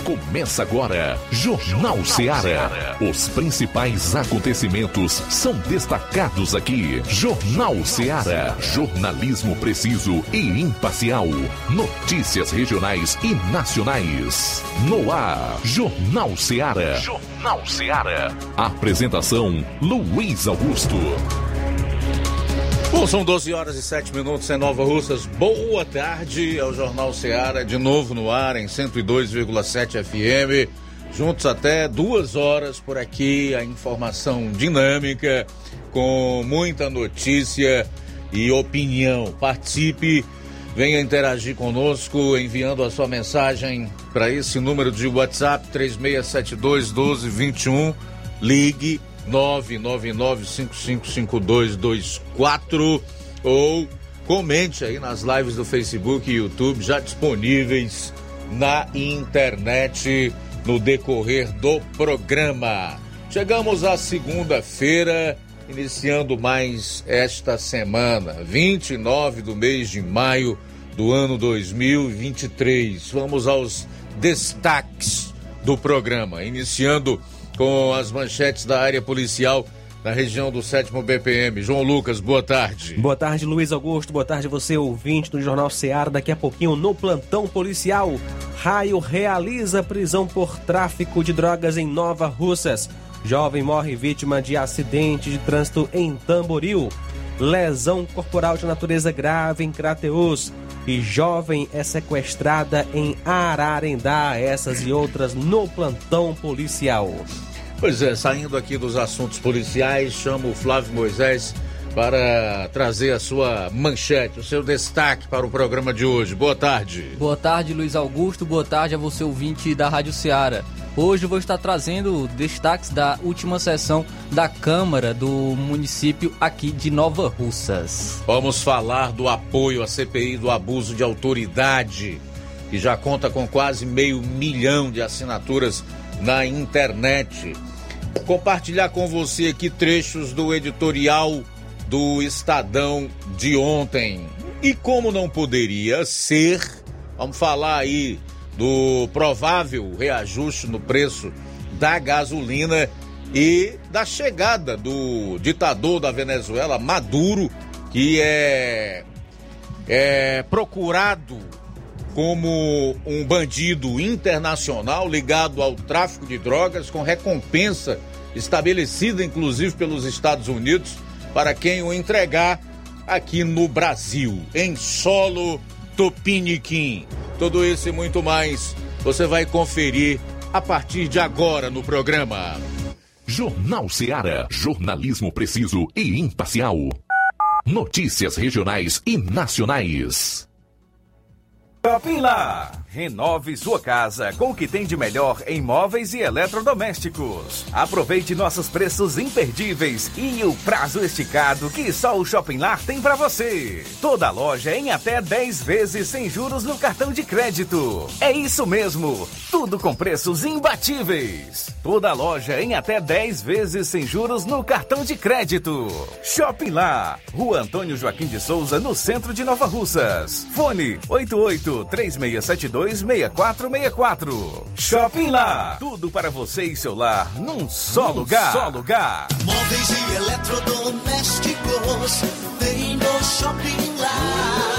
Começa agora, Jornal Ceará. Os principais acontecimentos são destacados aqui. Jornal Ceará. Jornalismo preciso e imparcial. Notícias regionais e nacionais. No ar, Jornal Ceará. Jornal Ceará. Apresentação, Luiz Augusto. Bom, são 12 horas e 7 minutos em Nova Russas. Boa tarde ao Jornal Ceará, de novo no ar em 102,7 FM. Juntos até 2 horas por aqui, a informação dinâmica, com muita notícia e opinião. Participe, venha interagir conosco, enviando a sua mensagem para esse número de WhatsApp, 3672-1221. Ligue 999-555224 ou comente aí nas lives do Facebook e YouTube já disponíveis na internet no decorrer do programa. Chegamos à segunda-feira, iniciando mais esta semana, 29 do mês de maio do ano 2023. Vamos aos destaques do programa, iniciando com as manchetes da área policial na região do 7º BPM. João Lucas, boa tarde. Boa tarde, Luiz Augusto. Boa tarde, você ouvinte do Jornal Ceará. Daqui a pouquinho, no plantão policial, Raio realiza prisão por tráfico de drogas em Nova Russas. Jovem morre vítima de acidente de trânsito em Tamboril. Lesão corporal de natureza grave em Crateús. E jovem é sequestrada em Ararendá. Essas e outras no plantão policial. Pois é, saindo aqui dos assuntos policiais, chamo o Flávio Moisés para trazer a sua manchete, o seu destaque para o programa de hoje. Boa tarde. Boa tarde, Luiz Augusto. Boa tarde a você, ouvinte da Rádio Ceará. Hoje eu vou estar trazendo destaques da última sessão da Câmara do município aqui de Nova Russas. Vamos falar do apoio à CPI do abuso de autoridade, que já conta com quase 500 mil de assinaturas na internet. Compartilhar com você aqui trechos do editorial do Estadão de ontem. E como não poderia ser, vamos falar aí do provável reajuste no preço da gasolina e da chegada do ditador da Venezuela, Maduro, que é procurado como um bandido internacional ligado ao tráfico de drogas, com recompensa estabelecida inclusive pelos Estados Unidos para quem o entregar aqui no Brasil, em solo tupiniquim. Tudo isso e muito mais você vai conferir a partir de agora no programa. Jornal Ceará, jornalismo preciso e imparcial. Notícias regionais e nacionais. Shopping Lá. Renove sua casa com o que tem de melhor em móveis e eletrodomésticos. Aproveite nossos preços imperdíveis e o prazo esticado que só o Shopping Lá tem para você. Toda loja em até 10 vezes sem juros no cartão de crédito. É isso mesmo, tudo com preços imbatíveis. Toda loja em até 10 vezes sem juros no cartão de crédito. Shopping Lá, Rua Antônio Joaquim de Souza, no centro de Nova Russas. Fone 88-3672-6464. Shopping Lá, tudo para você e seu lar num só lugar. Móveis e eletrodomésticos vem no Shopping Lá.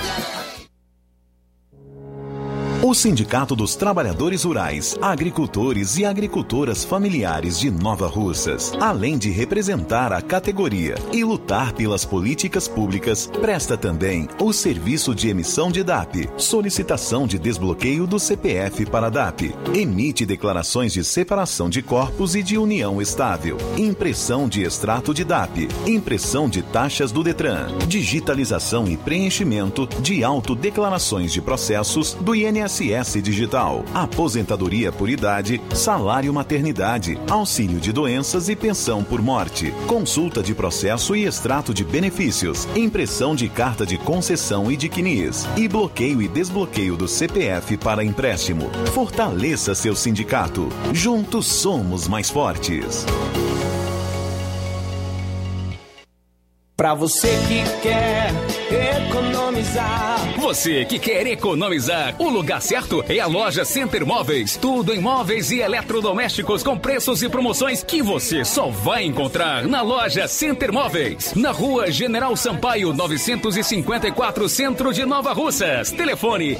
O Sindicato dos Trabalhadores Rurais, Agricultores e Agricultoras Familiares de Nova Russas, além de representar a categoria e lutar pelas políticas públicas, presta também o serviço de emissão de DAP, solicitação de desbloqueio do CPF para DAP, emite declarações de separação de corpos e de união estável, impressão de extrato de DAP, impressão de taxas do Detran, digitalização e preenchimento de autodeclarações de processos do INSS Digital, aposentadoria por idade, salário maternidade, auxílio de doenças e pensão por morte, consulta de processo e extrato de benefícios, impressão de carta de concessão e de CNIS, e bloqueio e desbloqueio do CPF para empréstimo. Fortaleça seu sindicato. Juntos somos mais fortes. Pra você que quer economizar. Você que quer economizar, o lugar certo é a loja Center Móveis. Tudo em móveis e eletrodomésticos com preços e promoções que você só vai encontrar na loja Center Móveis. Na rua General Sampaio, 954, Centro de Nova Russas. Telefone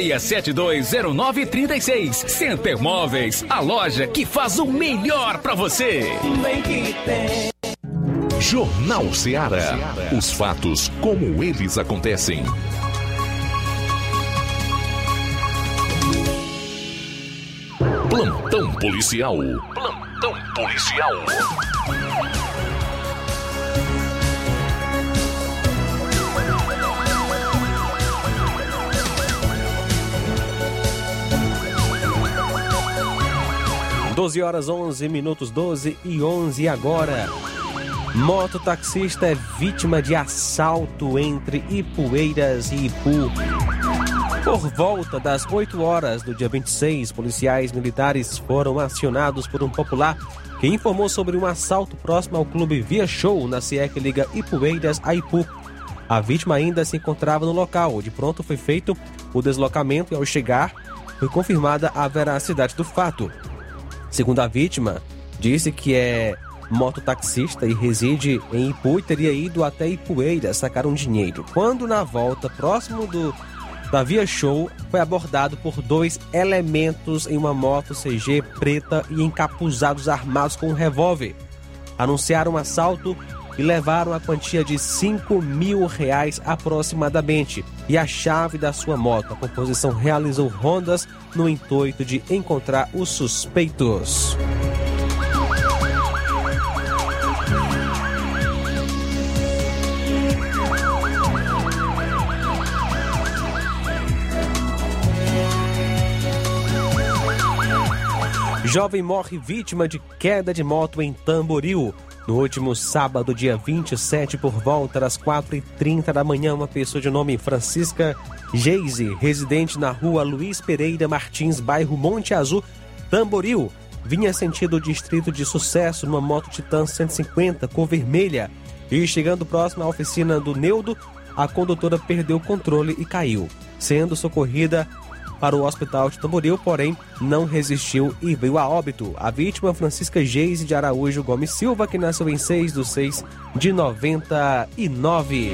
36720936. Center Móveis, a loja que faz o melhor pra você. Bem que tem. Jornal Ceará. Os fatos como eles acontecem. Plantão policial. Plantão policial. Doze horas 11 minutos, 12:11 agora. Mototaxista é vítima de assalto entre Ipueiras e Ipu. Por volta das 8 horas do dia 26, policiais militares foram acionados por um popular que informou sobre um assalto próximo ao clube Via Show, na CE que liga Ipueiras a Ipu. A vítima ainda se encontrava no local. De pronto foi feito o deslocamento e, ao chegar, foi confirmada a veracidade do fato. Segundo a vítima, disse que é mototaxista e reside em Ipu e teria ido até Ipueiras sacar um dinheiro. Quando, na volta, próximo da Via Show, foi abordado por 2 elementos em uma moto CG preta e encapuzados armados com um revólver. Anunciaram um assalto e levaram a quantia de R$5.000 aproximadamente e a chave da sua moto. A composição realizou rondas no intuito de encontrar os suspeitos. Jovem morre vítima de queda de moto em Tamboril. No último sábado, dia 27, por volta das 4h30 da manhã, uma pessoa de nome Francisca Geise, residente na rua Luiz Pereira Martins, bairro Monte Azul, Tamboril, vinha sentido o distrito de Sucesso numa moto Titan 150 cor vermelha e, chegando próximo à oficina do Neudo, a condutora perdeu o controle e caiu, sendo socorrida para o hospital de Tamboril, porém não resistiu e veio a óbito. A vítima, Francisca Geise de Araújo Gomes Silva, que nasceu em 6/6/99.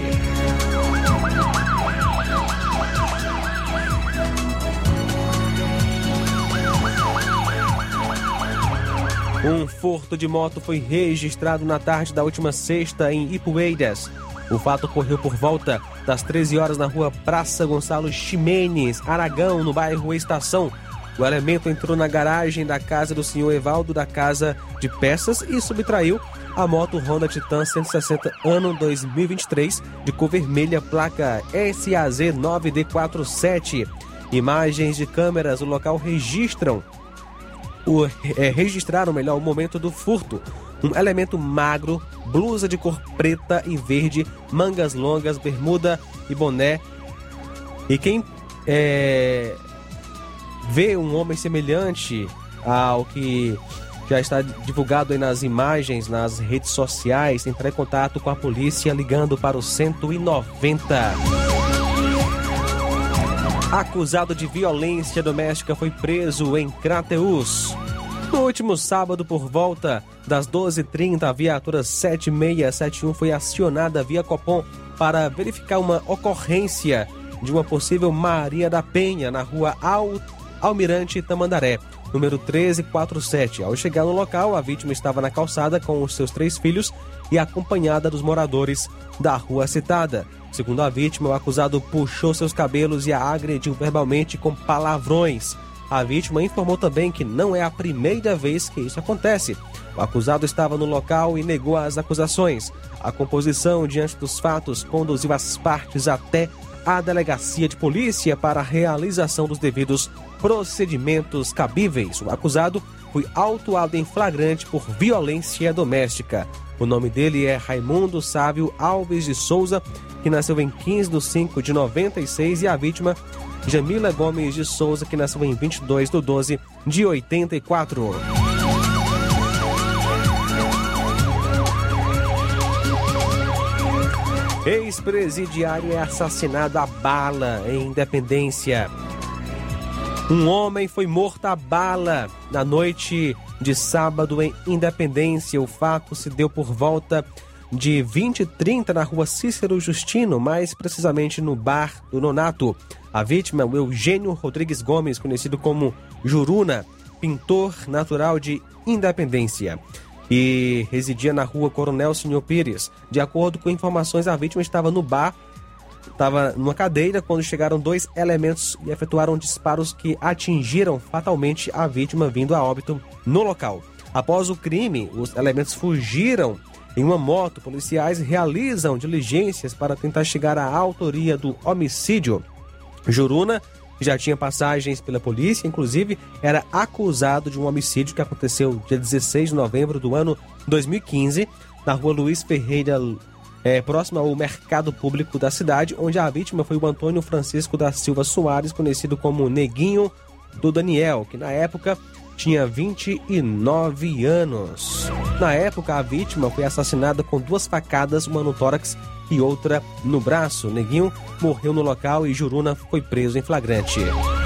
Um furto de moto foi registrado na tarde da última sexta em Ipueiras. O fato ocorreu por volta das 13 horas na rua Praça Gonçalo Ximenes, Aragão, no bairro Estação. O elemento entrou na garagem da casa do senhor Evaldo da Casa de Peças e subtraiu a moto Honda Titan 160 ano 2023 de cor vermelha, placa SAZ 9D47. Imagens de câmeras do local registraram o momento do furto. Um elemento magro, blusa de cor preta e verde, mangas longas, bermuda e boné. E quem vê um homem semelhante ao que já está divulgado aí nas imagens, nas redes sociais, entrar em contato com a polícia ligando para o 190. Acusado de violência doméstica foi preso em Crateús. No último sábado, por volta das 12h30, a viatura 7671 foi acionada via Copom para verificar uma ocorrência de uma possível Maria da Penha na rua Almirante Tamandaré, número 1347. Ao chegar no local, a vítima estava na calçada com os seus 3 filhos e acompanhada dos moradores da rua citada. Segundo a vítima, o acusado puxou seus cabelos e a agrediu verbalmente com palavrões. A vítima informou também que não é a primeira vez que isso acontece. O acusado estava no local e negou as acusações. A composição diante dos fatos conduziu as partes até a delegacia de polícia para a realização dos devidos procedimentos cabíveis. O acusado foi autuado em flagrante por violência doméstica. O nome dele é Raimundo Sávio Alves de Souza, que nasceu em 15/5/96, e a vítima Jamila Gomes de Souza, que nasceu em 22/12/84. Ex-presidiário é assassinado a bala em Independência. Um homem foi morto a bala na noite de sábado em Independência. O fato se deu por volta de 20h30 na rua Cícero Justino, mais precisamente no bar do Nonato. A vítima, o Eugênio Rodrigues Gomes, conhecido como Juruna, pintor natural de Independência, e residia na rua Coronel Senhor Pires. De acordo com informações, a vítima estava no bar, estava numa cadeira quando chegaram 2 elementos e efetuaram disparos que atingiram fatalmente a vítima, vindo a óbito no local. Após o crime, os elementos fugiram em uma moto. Policiais realizam diligências para tentar chegar à autoria do homicídio. Juruna já tinha passagens pela polícia, inclusive era acusado de um homicídio que aconteceu dia 16 de novembro do ano 2015, na rua Luiz Ferreira, próximo ao mercado público da cidade, onde a vítima foi o Antônio Francisco da Silva Soares, conhecido como Neguinho do Daniel, que na época tinha 29 anos. Na época, a vítima foi assassinada com 2 facadas, uma no tórax e outra no braço. Neguinho morreu no local e Juruna foi preso em flagrante.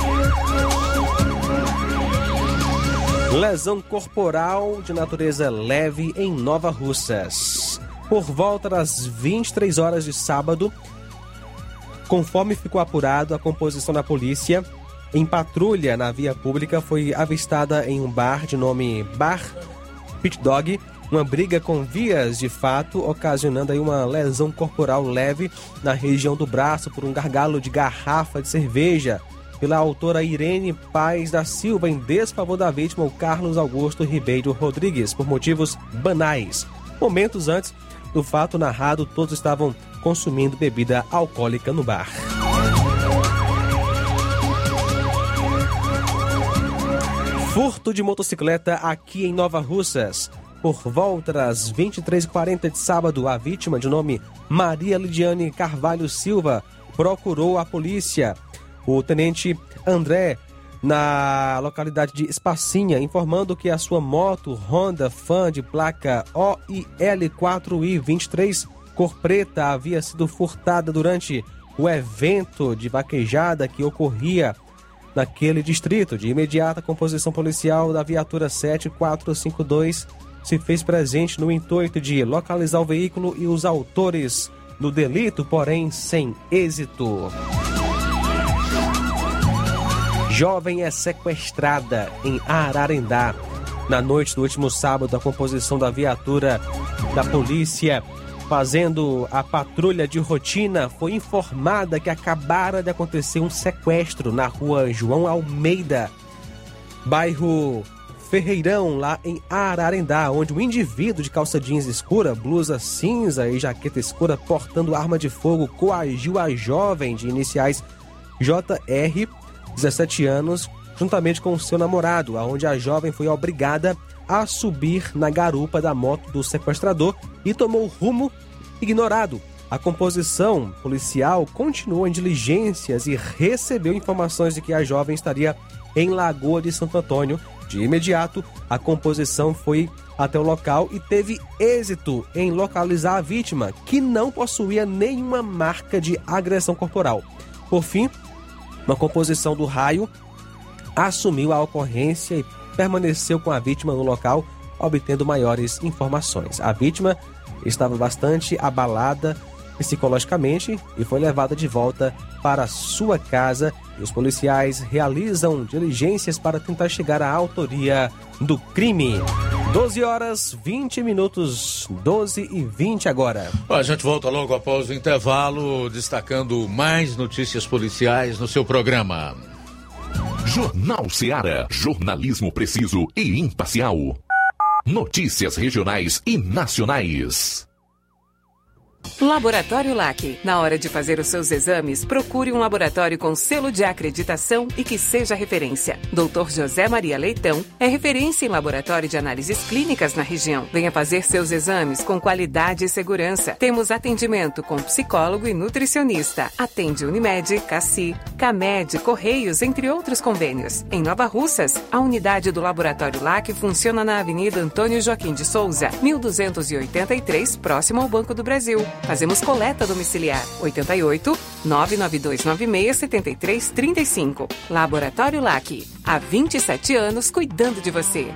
Lesão corporal de natureza leve em Nova Russas. Por volta das 23 horas de sábado, conforme ficou apurado, a composição da polícia em patrulha na via pública foi avistada em um bar de nome Bar Pit Dog, uma briga com vias de fato, ocasionando aí uma lesão corporal leve na região do braço por um gargalo de garrafa de cerveja pela autora Irene Paz da Silva, em desfavor da vítima, o Carlos Augusto Ribeiro Rodrigues, por motivos banais. Momentos antes do fato narrado, todos estavam consumindo bebida alcoólica no bar. Furto de motocicleta aqui em Nova Russas. Por volta das 23h40 de sábado, a vítima, de nome Maria Lidiane Carvalho Silva, procurou a polícia. O tenente André, na localidade de Espacinha, informando que a sua moto Honda Fan de placa OIL4I23, cor preta, havia sido furtada durante o evento de vaquejada que ocorria naquele distrito. De imediato, a composição policial da viatura 7452 se fez presente no intuito de localizar o veículo e os autores do delito, porém sem êxito. Jovem é sequestrada em Ararendá. Na noite do último sábado, a composição da viatura da polícia fazendo a patrulha de rotina foi informada que acabara de acontecer um sequestro na rua João Almeida, bairro Ferreirão, lá em Ararendá, onde um indivíduo de calça jeans escura, blusa cinza e jaqueta escura portando arma de fogo coagiu a jovem de iniciais JR, 17 anos, juntamente com seu namorado, aonde a jovem foi obrigada a subir na garupa da moto do sequestrador e tomou rumo ignorado. A composição policial continuou em diligências e recebeu informações de que a jovem estaria em Lagoa de Santo Antônio. De imediato, a composição foi até o local e teve êxito em localizar a vítima, que não possuía nenhuma marca de agressão corporal. Por fim, uma composição do raio assumiu a ocorrência e permaneceu com a vítima no local, obtendo maiores informações. A vítima estava bastante abalada psicologicamente e foi levada de volta para sua casa, e os policiais realizam diligências para tentar chegar à autoria do crime. 12h20, 12h20 agora. A gente volta logo após o intervalo, destacando mais notícias policiais no seu programa. Jornal Ceará, jornalismo preciso e imparcial. Notícias regionais e nacionais. Laboratório LAC. Na hora de fazer os seus exames, procure um laboratório com selo de acreditação e que seja referência. Dr. José Maria Leitão é referência em laboratório de análises clínicas na região. Venha fazer seus exames com qualidade e segurança. Temos atendimento com psicólogo e nutricionista. Atende Unimed, Cassi, Camed, Correios, entre outros convênios. Em Nova Russas, a unidade do Laboratório LAC funciona na Avenida Antônio Joaquim de Souza, 1283, próximo ao Banco do Brasil. Fazemos coleta domiciliar. 88 99296 7335. Laboratório LAC. Há 27 anos cuidando de você.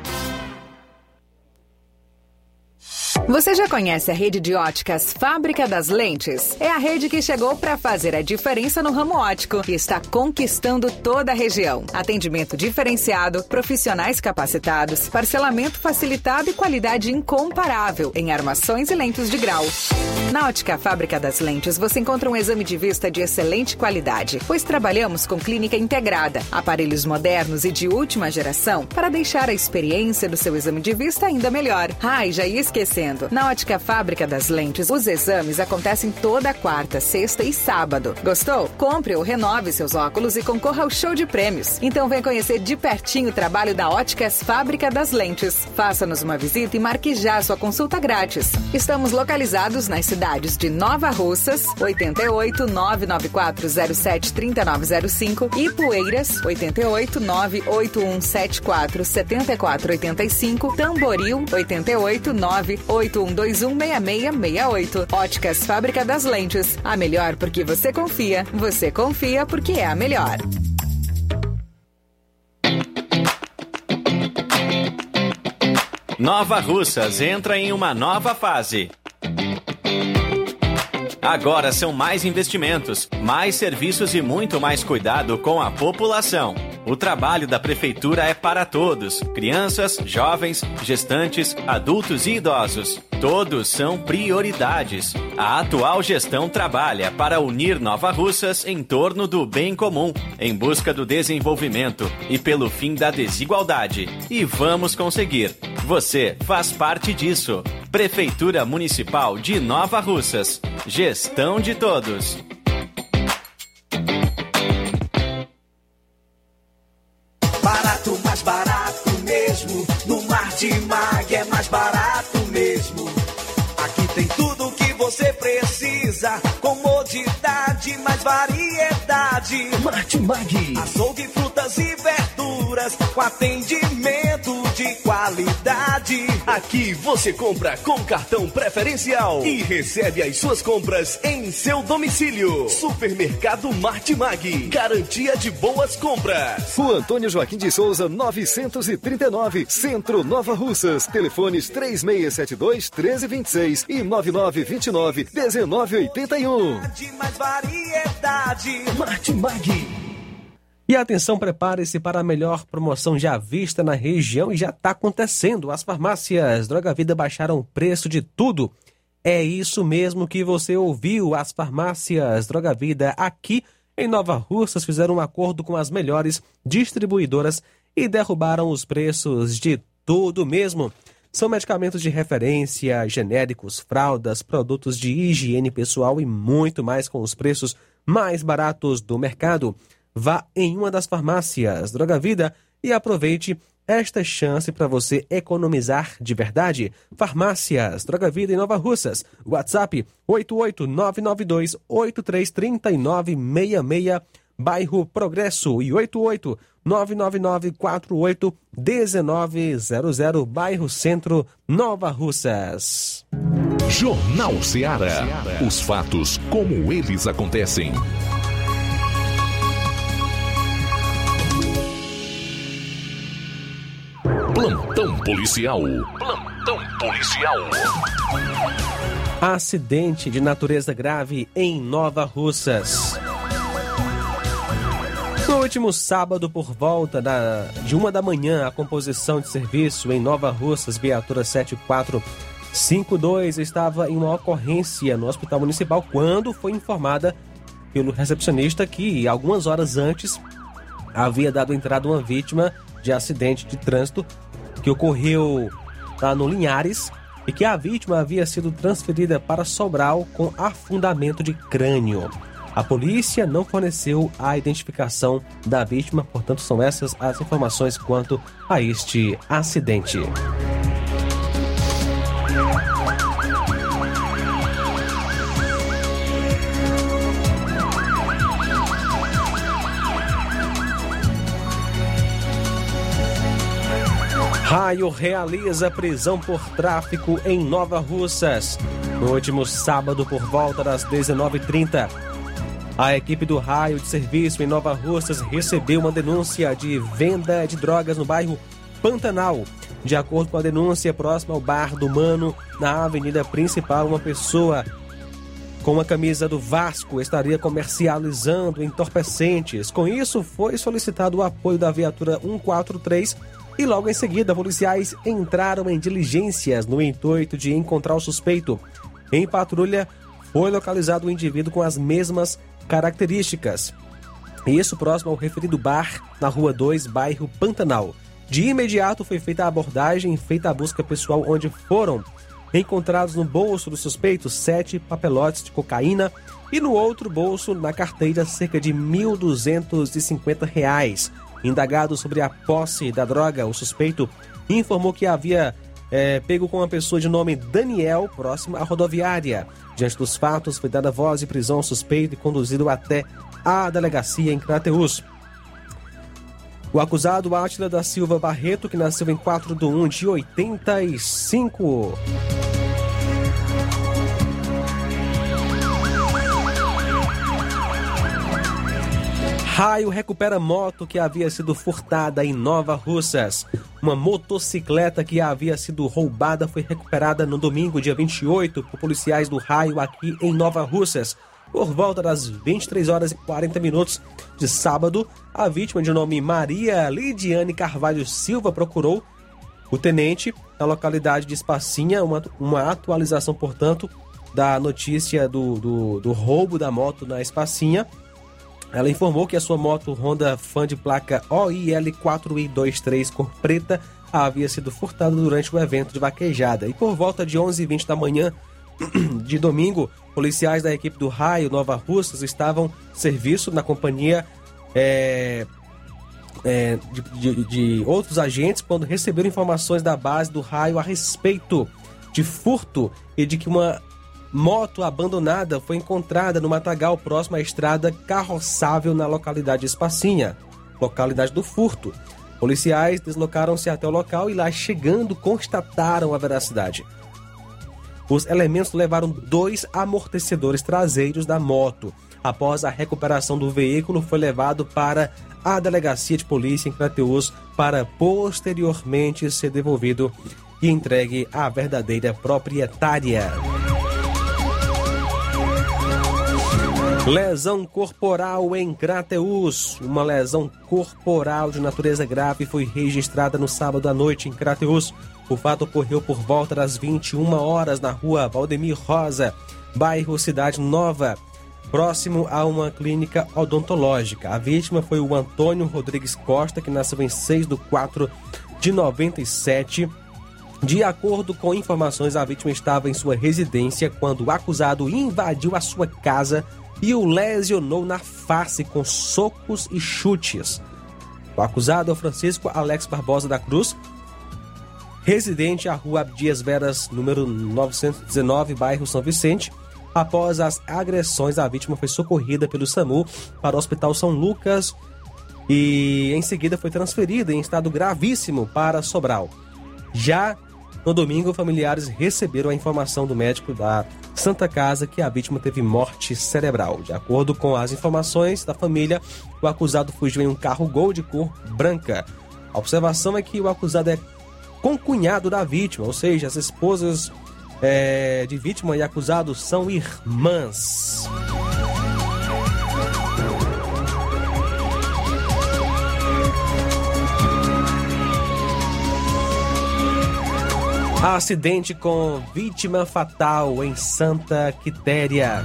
Você já conhece a rede de óticas Fábrica das Lentes? É a rede que chegou para fazer a diferença no ramo óptico e está conquistando toda a região. Atendimento diferenciado, profissionais capacitados, parcelamento facilitado e qualidade incomparável em armações e lentes de grau. Na Ótica Fábrica das Lentes, você encontra um exame de vista de excelente qualidade, pois trabalhamos com clínica integrada, aparelhos modernos e de última geração para deixar a experiência do seu exame de vista ainda melhor. E já ia esquecendo. Na Ótica Fábrica das Lentes, os exames acontecem toda quarta, sexta e sábado. Gostou? Compre ou renove seus óculos e concorra ao show de prêmios. Então vem conhecer de pertinho o trabalho da Óticas Fábrica das Lentes. Faça-nos uma visita e marque já sua consulta grátis. Estamos localizados nas cidades de Nova Russas, 88 99407 3905 e Poeiras, 88 98174 7485, Tamboril, 88 981216668. Óticas Fábrica das Lentes. A melhor porque você confia porque é a melhor. Nova Russas entra em uma nova fase. Agora são mais investimentos, mais serviços e muito mais cuidado com a população. O trabalho da Prefeitura é para todos, crianças, jovens, gestantes, adultos e idosos. Todos são prioridades. A atual gestão trabalha para unir Nova Russas em torno do bem comum, em busca do desenvolvimento e pelo fim da desigualdade. E vamos conseguir. Você faz parte disso. Prefeitura Municipal de Nova Russas. Gestão de todos. Barato, mais barato mesmo. No Martimag é mais barato mesmo. Aqui tem tudo o que você precisa. Comodidade, mais variedade. Martimag. Açougue, frutas e verduras com atendimento de qualidade. Aqui você compra com cartão preferencial e recebe as suas compras em seu domicílio. Supermercado Martimag. Garantia de boas compras. Rua Antônio Joaquim de Souza, 939, Centro, Nova Russas. Telefones 3672-1326 e 9929-1981. Mais variedade. Martimag. E atenção, prepare-se para a melhor promoção já vista na região e já está acontecendo. As farmácias Droga Vida baixaram o preço de tudo. É isso mesmo que você ouviu. As farmácias Droga Vida aqui em Nova Russas fizeram um acordo com as melhores distribuidoras e derrubaram os preços de tudo mesmo. São medicamentos de referência, genéricos, fraldas, produtos de higiene pessoal e muito mais com os preços mais baratos do mercado. Vá em uma das farmácias Droga Vida e aproveite esta chance para você economizar de verdade. Farmácias Droga Vida em Nova Russas. WhatsApp 88992833966, bairro Progresso, e 88999481900, bairro Centro, Nova Russas. Jornal Ceará. Os fatos como eles acontecem. Plantão policial. Plantão policial. Acidente de natureza grave em Nova Russas. No último sábado, por volta de 1 da manhã, a composição de serviço em Nova Russas, viatura 7452, estava em uma ocorrência no Hospital Municipal quando foi informada pelo recepcionista que, algumas horas antes, havia dado entrada uma vítima de acidente de trânsito que ocorreu lá no Linhares e que a vítima havia sido transferida para Sobral com afundamento de crânio. A polícia não forneceu a identificação da vítima, portanto são essas as informações quanto a este acidente. Raio realiza prisão por tráfico em Nova Russas. No último sábado, por volta das 19h30, a equipe do Raio de Serviço em Nova Russas recebeu uma denúncia de venda de drogas no bairro Pantanal. De acordo com a denúncia, próxima ao Bar do Mano, na avenida principal, uma pessoa com uma camisa do Vasco estaria comercializando entorpecentes. Com isso, foi solicitado o apoio da viatura 143 e logo em seguida, policiais entraram em diligências no intuito de encontrar o suspeito. Em patrulha, foi localizado o indivíduo com as mesmas características. Isso próximo ao referido bar, na Rua 2, bairro Pantanal. De imediato foi feita a abordagem e feita a busca pessoal, onde foram encontrados no bolso do suspeito 7 papelotes de cocaína e no outro bolso, na carteira, cerca de R$ 1.250. Indagado sobre a posse da droga, o suspeito informou que havia pego com uma pessoa de nome Daniel, próximo à rodoviária. Diante dos fatos, foi dada voz de prisão ao suspeito e conduzido até a delegacia em Crateús. O acusado, Átila da Silva Barreto, que nasceu em 4/1/85. Raio recupera moto que havia sido furtada em Nova Russas. Uma motocicleta que havia sido roubada foi recuperada no domingo, dia 28, por policiais do Raio aqui em Nova Russas. Por volta das 23h40 de sábado, a vítima, de nome Maria Lidiane Carvalho Silva, procurou o tenente na localidade de Espacinha, uma atualização, portanto, da notícia do roubo da moto na Espacinha. Ela informou que a sua moto Honda Fan de placa OIL4I23 cor preta havia sido furtada durante o evento de vaquejada. E por volta de 11h20 da manhã de domingo, policiais da equipe do Raio Nova Russas estavam em serviço na companhia de outros agentes quando receberam informações da base do Raio a respeito de furto e de que uma moto abandonada foi encontrada no matagal próximo à estrada carroçável na localidade de Espacinha, localidade do furto. Policiais deslocaram-se até o local e lá chegando constataram a veracidade. Os elementos levaram 2 amortecedores traseiros da moto. Após a recuperação do veículo, foi levado para a delegacia de polícia em Crateús para posteriormente ser devolvido e entregue à verdadeira proprietária. Lesão corporal em Crateús. Uma lesão corporal de natureza grave foi registrada no sábado à noite em Crateús. O fato ocorreu por volta das 21h na rua Valdemir Rosa, bairro Cidade Nova, próximo a uma clínica odontológica. A vítima foi o Antônio Rodrigues Costa, que nasceu em 6/4/97. De acordo com informações, a vítima estava em sua residência quando o acusado invadiu a sua casa e o lesionou na face com socos e chutes. O acusado é o Francisco Alex Barbosa da Cruz, residente à rua Abdias Veras, número 919, bairro São Vicente. Após as agressões, a vítima foi socorrida pelo SAMU para o Hospital São Lucas e em seguida foi transferida em estado gravíssimo para Sobral. Já no domingo, familiares receberam a informação do médico da Santa Casa que a vítima teve morte cerebral. De acordo com as informações da família, o acusado fugiu em um carro Gol de cor branca. A observação é que o acusado é concunhado da vítima, ou seja, as esposas de vítima e acusado são irmãs. Acidente com vítima fatal em Santa Quitéria.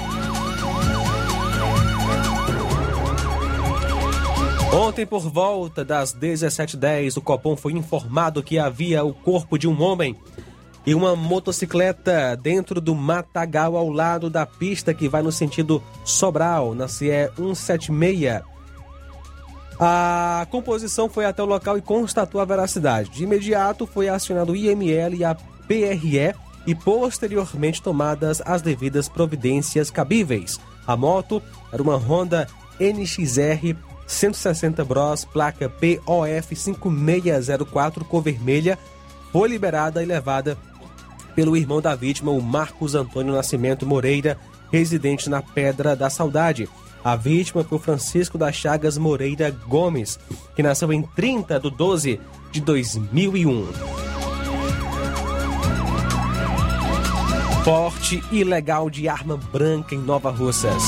Ontem, por volta das 17h10, o Copom foi informado que havia o corpo de um homem e uma motocicleta dentro do matagal ao lado da pista que vai no sentido Sobral, na CE 176. A composição foi até o local e constatou a veracidade. De imediato foi acionado o IML e a PRE e posteriormente tomadas as devidas providências cabíveis. A moto era uma Honda NXR 160 Bros, placa POF 5604, cor vermelha, foi liberada e levada pelo irmão da vítima, o Marcos Antônio Nascimento Moreira, residente na Pedra da Saudade. A vítima foi o Francisco das Chagas Moreira Gomes, que nasceu em 30 de 12 de 2001. Porte ilegal de arma branca em Nova Russas.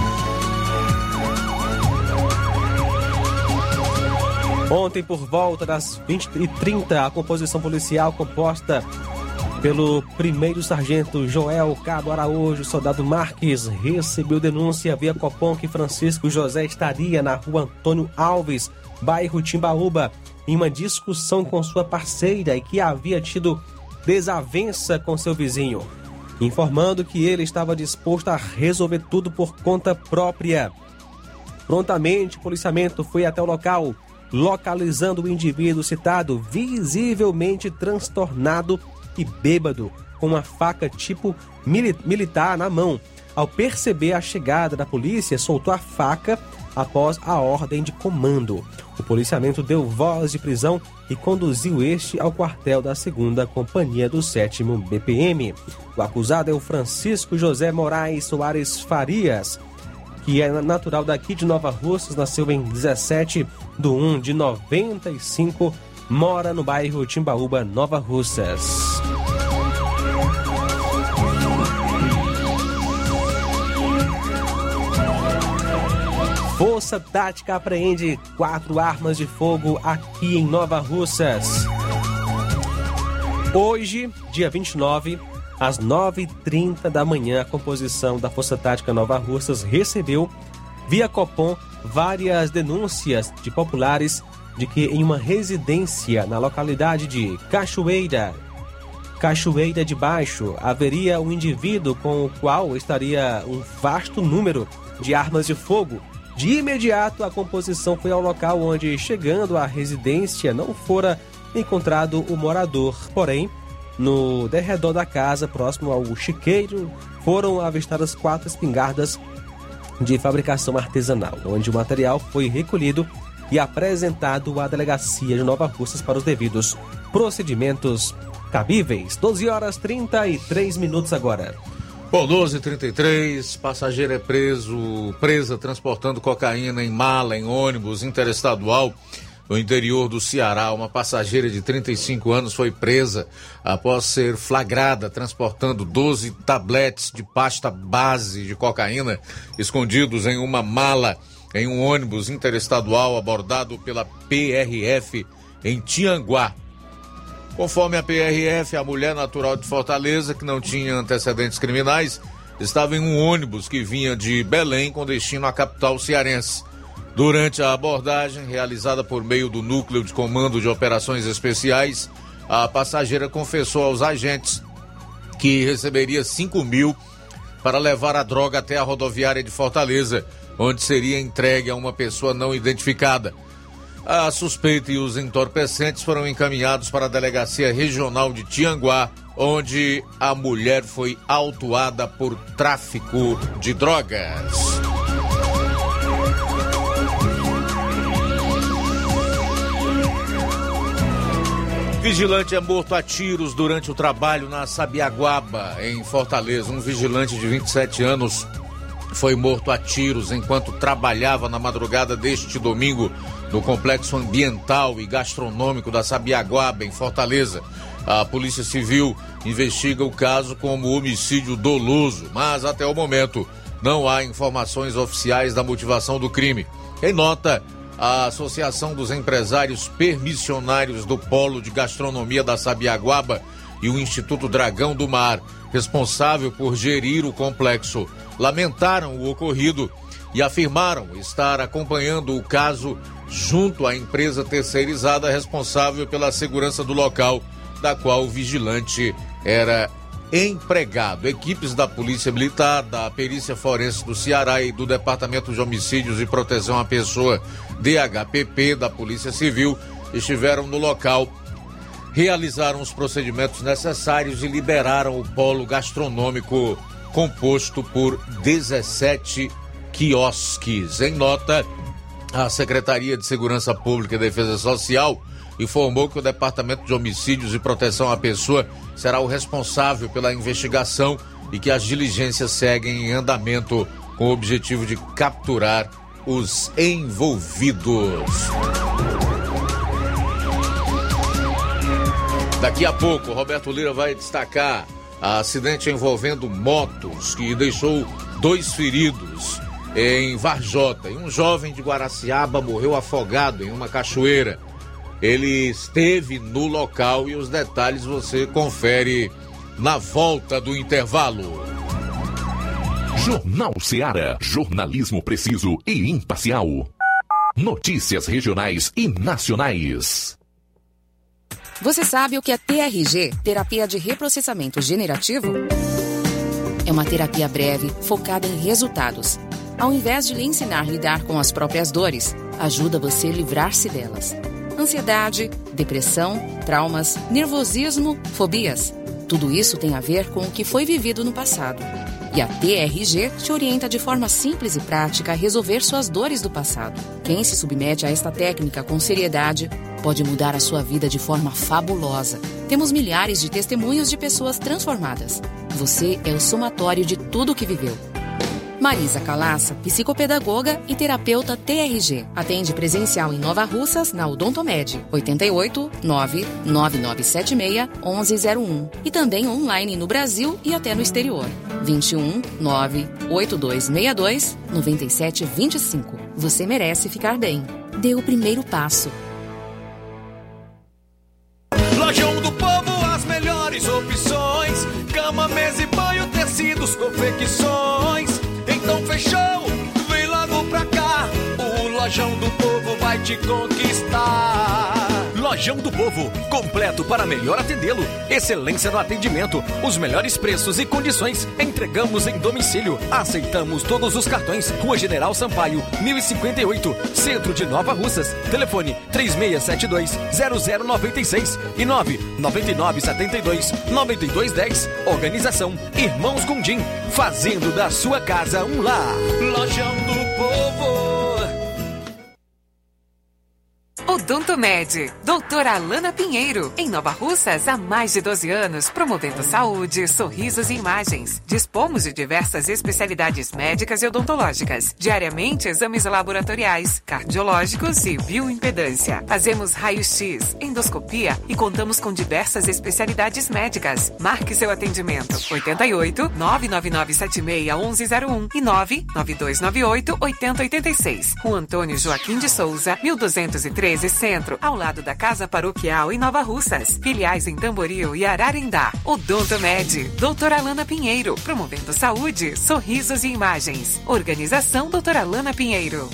Ontem, por volta das 20h30, a composição policial composta pelo primeiro sargento Joel Cabo Araújo, soldado Marques, recebeu denúncia via Copom que Francisco José estaria na rua Antônio Alves, bairro Timbaúba, em uma discussão com sua parceira e que havia tido desavença com seu vizinho, informando que ele estava disposto a resolver tudo por conta própria. Prontamente, o policiamento foi até o local, localizando o indivíduo citado visivelmente transtornado e bêbado, com uma faca tipo militar na mão. Ao perceber a chegada da polícia, soltou a faca após a ordem de comando. O policiamento deu voz de prisão e conduziu este ao quartel da 2ª Companhia do 7º BPM. O acusado é o Francisco José Moraes Soares Farias, que é natural daqui de Nova Russas, nasceu em 17 de 1 de 95, mora no bairro Timbaúba, Nova Russas. Força Tática apreende 4 armas de fogo aqui em Nova Russas. Hoje, dia 29, às 9h30 da manhã, a composição da Força Tática Nova Russas recebeu, via Copom, várias denúncias de populares de que em uma residência na localidade de Cachoeira de Baixo, haveria um indivíduo com o qual estaria um vasto número de armas de fogo. De imediato, a composição foi ao local onde, chegando à residência, não fora encontrado o morador. Porém, no derredor da casa, próximo ao chiqueiro, foram avistadas 4 espingardas de fabricação artesanal, onde o material foi recolhido e apresentado à delegacia de Nova Russas para os devidos procedimentos cabíveis. 12h33 agora. Bom, 12h33, passageiro é presa transportando cocaína em mala, em ônibus interestadual no interior do Ceará. Uma passageira de 35 anos foi presa após ser flagrada transportando 12 tabletes de pasta base de cocaína escondidos em uma mala em um ônibus interestadual abordado pela PRF em Tianguá. Conforme a PRF, a mulher natural de Fortaleza, que não tinha antecedentes criminais, estava em um ônibus que vinha de Belém com destino à capital cearense. Durante a abordagem, realizada por meio do Núcleo de Comando de Operações Especiais, a passageira confessou aos agentes que receberia 5 mil para levar a droga até a rodoviária de Fortaleza, onde seria entregue a uma pessoa não identificada. A suspeita e os entorpecentes foram encaminhados para a Delegacia Regional de Tianguá, onde a mulher foi autuada por tráfico de drogas. Vigilante é morto a tiros durante o trabalho na Sabiaguaba, em Fortaleza. Um vigilante de 27 anos foi morto a tiros enquanto trabalhava na madrugada deste domingo no Complexo Ambiental e Gastronômico da Sabiaguaba, em Fortaleza. A Polícia Civil investiga o caso como homicídio doloso, mas até o momento não há informações oficiais da motivação do crime. Em nota, a Associação dos Empresários Permissionários do Polo de Gastronomia da Sabiaguaba e o Instituto Dragão do Mar, responsável por gerir o complexo, lamentaram o ocorrido e afirmaram estar acompanhando o caso junto à empresa terceirizada responsável pela segurança do local, da qual o vigilante era empregado. Equipes da Polícia Militar, da Perícia Forense do Ceará e do Departamento de Homicídios e Proteção à Pessoa, DHPP, da Polícia Civil, estiveram no local, realizaram os procedimentos necessários e liberaram o polo gastronômico composto por 17 quiosques. Em nota, A Secretaria de Segurança Pública e Defesa Social informou que o Departamento de Homicídios e Proteção à Pessoa será o responsável pela investigação e que as diligências seguem em andamento com o objetivo de capturar os envolvidos. Daqui a pouco, Roberto Lira vai destacar acidente envolvendo motos que deixou 2 feridos em Varjota. E um jovem de Guaraciaba morreu afogado em uma cachoeira. Ele esteve no local e os detalhes você confere na volta do intervalo. Jornal Ceará, jornalismo preciso e imparcial. Notícias regionais e nacionais. Você sabe o que é TRG, Terapia de Reprocessamento Generativo? É uma terapia breve, focada em resultados. Ao invés de lhe ensinar a lidar com as próprias dores, ajuda você a livrar-se delas. Ansiedade, depressão, traumas, nervosismo, fobias. Tudo isso tem a ver com o que foi vivido no passado. E a TRG te orienta de forma simples e prática a resolver suas dores do passado. Quem se submete a esta técnica com seriedade pode mudar a sua vida de forma fabulosa. Temos milhares de testemunhos de pessoas transformadas. Você é o somatório de tudo o que viveu. Marisa Calaça, psicopedagoga e terapeuta TRG. Atende presencial em Nova Russas, na Odontomed, 88 99976 1101. E também online no Brasil e até no exterior, 21 98262 9725. Você merece ficar bem. Dê o primeiro passo. Lojão do Povo, as melhores opções: cama, mesa e banho, tecidos, confecções. Então fechou, vem logo pra cá, o Lojão do Povo vai te conquistar. Lojão do Povo, completo para melhor atendê-lo. Excelência no atendimento, os melhores preços e condições. Entregamos em domicílio. Aceitamos todos os cartões. Rua General Sampaio, 1058, Centro de Nova Russas. Telefone 3672-0096 e 99972-9210. Organização Irmãos Gondim, fazendo da sua casa um lar. Lojão do Povo. Odontomed, doutora Alana Pinheiro, em Nova Russas há mais de 12 anos, promovendo saúde, sorrisos e imagens. Dispomos de diversas especialidades médicas e odontológicas. Diariamente, exames laboratoriais, cardiológicos e bioimpedância. Fazemos raio-x, endoscopia e contamos com diversas especialidades médicas. Marque seu atendimento. 88 99976 1101 e 99298 8086. Rua Antônio Joaquim de Souza, 1213 Centro, ao lado da Casa Paroquial em Nova Russas. Filiais em Tamboril e Ararindá. Odontomed, doutora Alana Pinheiro, promovendo saúde, sorrisos e imagens. Organização doutora Alana Pinheiro.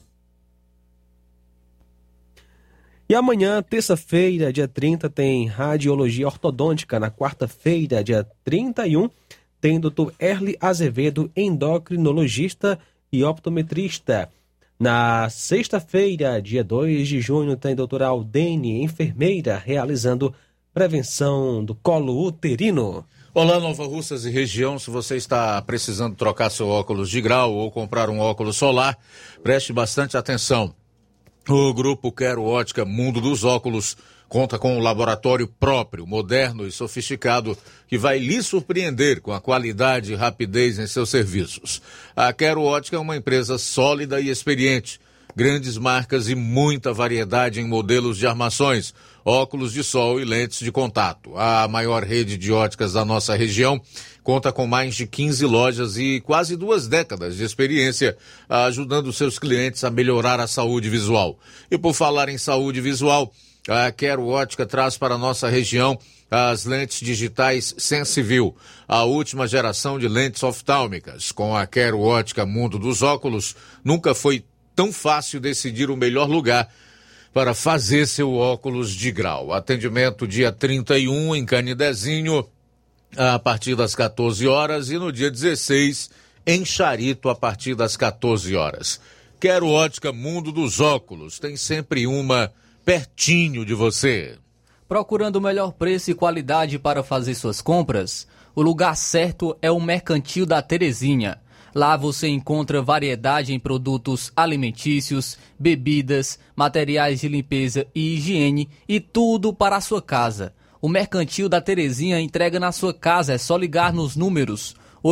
E amanhã, terça-feira, dia 30, tem Radiologia Ortodôntica. Na quarta-feira, dia 31, tem Dr. Erli Azevedo, endocrinologista e optometrista. Na sexta-feira, dia 2 de junho, tem doutora Aldene, enfermeira, realizando prevenção do colo uterino. Olá, Nova Russas e região. Se você está precisando trocar seu óculos de grau ou comprar um óculos solar, preste bastante atenção. O Grupo Quero Ótica Mundo dos Óculos conta com um laboratório próprio, moderno e sofisticado, que vai lhe surpreender com a qualidade e rapidez em seus serviços. A Quero Ótica é uma empresa sólida e experiente, grandes marcas e muita variedade em modelos de armações, óculos de sol e lentes de contato. A maior rede de óticas da nossa região conta com mais de 15 lojas e quase 2 décadas de experiência, ajudando seus clientes a melhorar a saúde visual. E por falar em saúde visual, a Quero Ótica traz para a nossa região as lentes digitais Sensiview, a última geração de lentes oftálmicas. Com a Quero Ótica Mundo dos Óculos, nunca foi tão fácil decidir o melhor lugar para fazer seu óculos de grau. Atendimento dia 31 em Canidezinho, a partir das 14 horas, e no dia 16 em Charito, a partir das 14 horas. Quero Ótica Mundo dos Óculos, tem sempre uma pertinho de você. Procurando o melhor preço e qualidade para fazer suas compras? O lugar certo é o Mercantil da Terezinha. Lá você encontra variedade em produtos alimentícios, bebidas, materiais de limpeza e higiene e tudo para a sua casa. O Mercantil da Terezinha entrega na sua casa, é só ligar nos números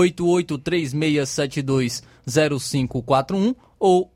8836720541 ou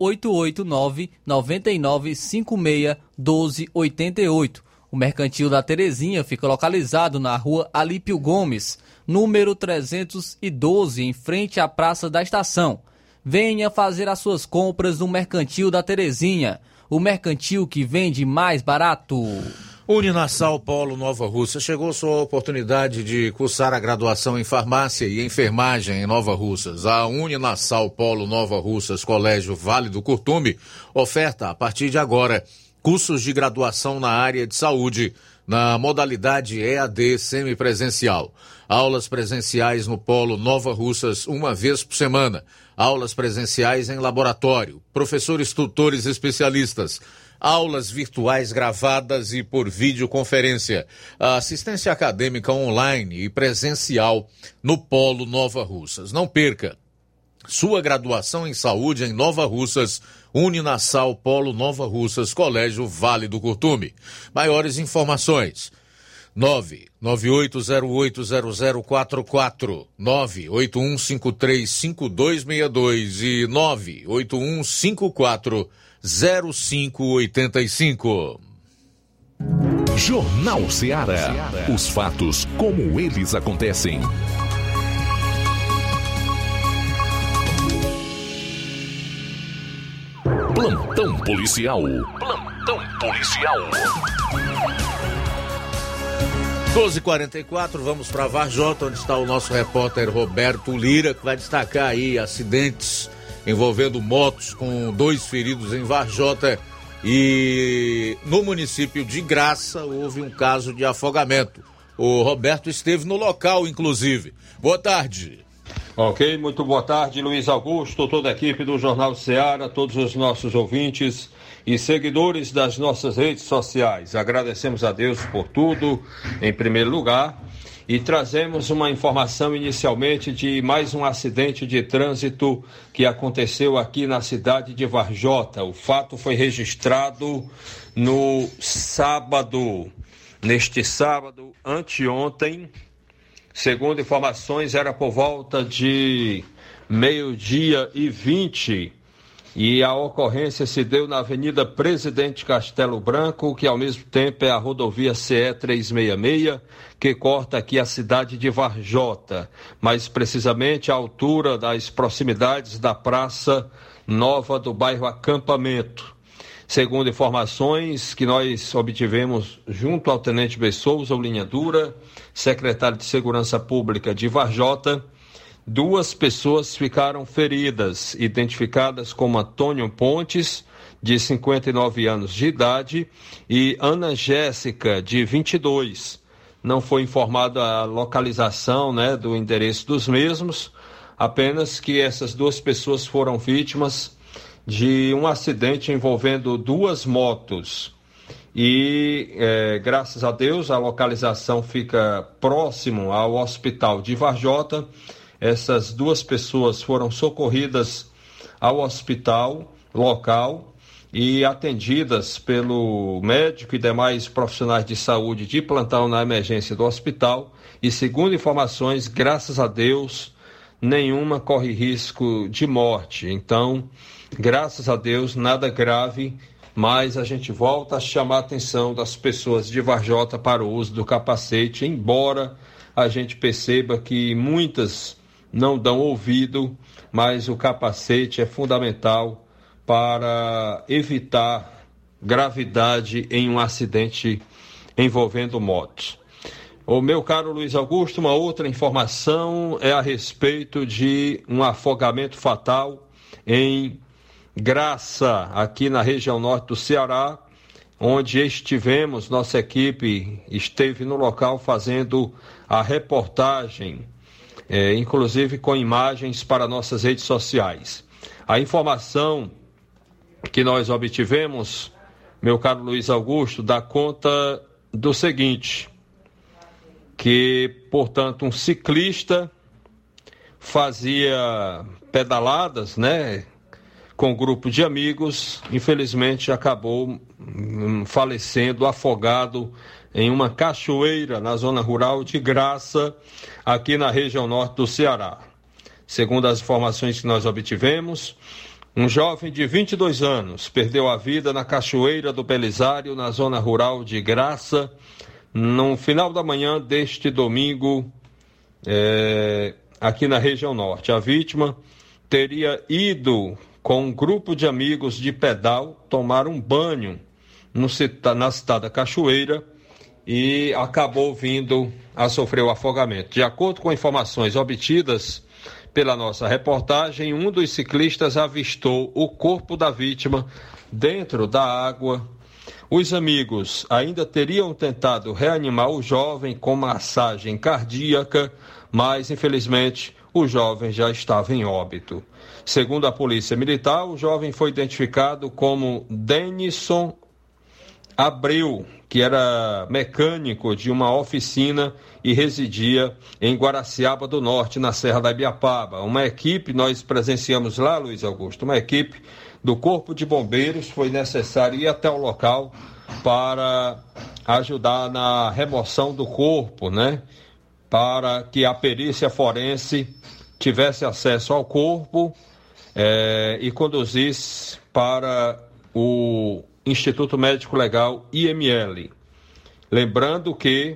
889-9956-1288. O Mercantil da Terezinha fica localizado na rua Alípio Gomes, número 312, em frente à Praça da Estação. Venha fazer as suas compras no Mercantil da Terezinha, o mercantil que vende mais barato. Uninassal Polo Nova Russa. Chegou sua oportunidade de cursar a graduação em farmácia e enfermagem em Nova Russas. A Uninassal Polo Nova Russas, Colégio Vale do Curtume, oferta a partir de agora cursos de graduação na área de saúde, na modalidade EAD semipresencial. Aulas presenciais no Polo Nova Russas uma vez por semana. Aulas presenciais em laboratório. Professores tutores especialistas. Aulas virtuais gravadas e por videoconferência. Assistência acadêmica online e presencial no Polo Nova Russas. Não perca sua graduação em saúde em Nova Russas, Uninassal Polo Nova Russas, Colégio Vale do Curtume. Maiores informações: 998080044, 981535262 e 981540585. Jornal Ceará. Os fatos como eles acontecem. Plantão policial. Plantão policial. 12h44, vamos para Varjota, onde está o nosso repórter Roberto Lira, que vai destacar aí acidentes envolvendo motos com 2 feridos em Varjota. E no município de Graça houve um caso de afogamento. O Roberto esteve no local, inclusive. Boa tarde. Ok, muito boa tarde, Luiz Augusto, toda a equipe do Jornal Ceará, todos os nossos ouvintes e seguidores das nossas redes sociais. Agradecemos a Deus por tudo, em primeiro lugar, e trazemos uma informação inicialmente de mais um acidente de trânsito que aconteceu aqui na cidade de Varjota. O fato foi registrado no sábado, neste sábado, anteontem. Segundo informações, era por volta de 12h20 e a ocorrência se deu na Avenida Presidente Castelo Branco, que ao mesmo tempo é a rodovia CE 366, que corta aqui a cidade de Varjota, mais precisamente à altura das proximidades da Praça Nova do bairro Acampamento. Segundo informações que nós obtivemos junto ao Tenente B. Souza, o Linha Dura, secretário de Segurança Pública de Varjota, 2 pessoas ficaram feridas, identificadas como Antônio Pontes, de 59 anos de idade, e Ana Jéssica, de 22. Não foi informada a localização, do endereço dos mesmos, apenas que essas 2 pessoas foram vítimas de um acidente envolvendo 2 motos. E graças a Deus a localização fica próximo ao hospital de Varjota. Essas 2 pessoas foram socorridas ao hospital local e atendidas pelo médico e demais profissionais de saúde de plantão na emergência do hospital. E segundo informações, graças a Deus, nenhuma corre risco de morte. Então, graças a Deus, nada grave, mas a gente volta a chamar a atenção das pessoas de Varjota para o uso do capacete, embora a gente perceba que muitas não dão ouvido, mas o capacete é fundamental para evitar gravidade em um acidente envolvendo motos. O meu caro Luiz Augusto, uma outra informação é a respeito de um afogamento fatal em Graça, aqui na região norte do Ceará, onde nossa equipe esteve no local fazendo a reportagem, inclusive com imagens para nossas redes sociais. A informação que nós obtivemos, meu caro Luiz Augusto, dá conta do seguinte, que, portanto, um ciclista fazia pedaladas, né, com um grupo de amigos. Infelizmente acabou falecendo, afogado em uma cachoeira na zona rural de Graça, aqui na região norte do Ceará. Segundo as informações que nós obtivemos, um jovem de 22 anos perdeu a vida na cachoeira do Belisário, na zona rural de Graça, no final da manhã deste domingo, aqui na região norte. A vítima teria ido com um grupo de amigos de pedal tomar um banho na citada cachoeira e acabou vindo a sofrer o afogamento. De acordo com informações obtidas pela nossa reportagem, um dos ciclistas avistou o corpo da vítima dentro da água. Os amigos ainda teriam tentado reanimar o jovem com massagem cardíaca, mas infelizmente o jovem já estava em óbito. Segundo a Polícia Militar, o jovem foi identificado como Denison Abreu, que era mecânico de uma oficina e residia em Guaraciaba do Norte, na Serra da Ibiapaba. Uma equipe, nós presenciamos lá, Luiz Augusto, uma equipe do Corpo de Bombeiros foi necessário ir até o local para ajudar na remoção do corpo, né? Para que a perícia forense tivesse acesso ao corpo e conduzisse para o Instituto Médico Legal IML. Lembrando que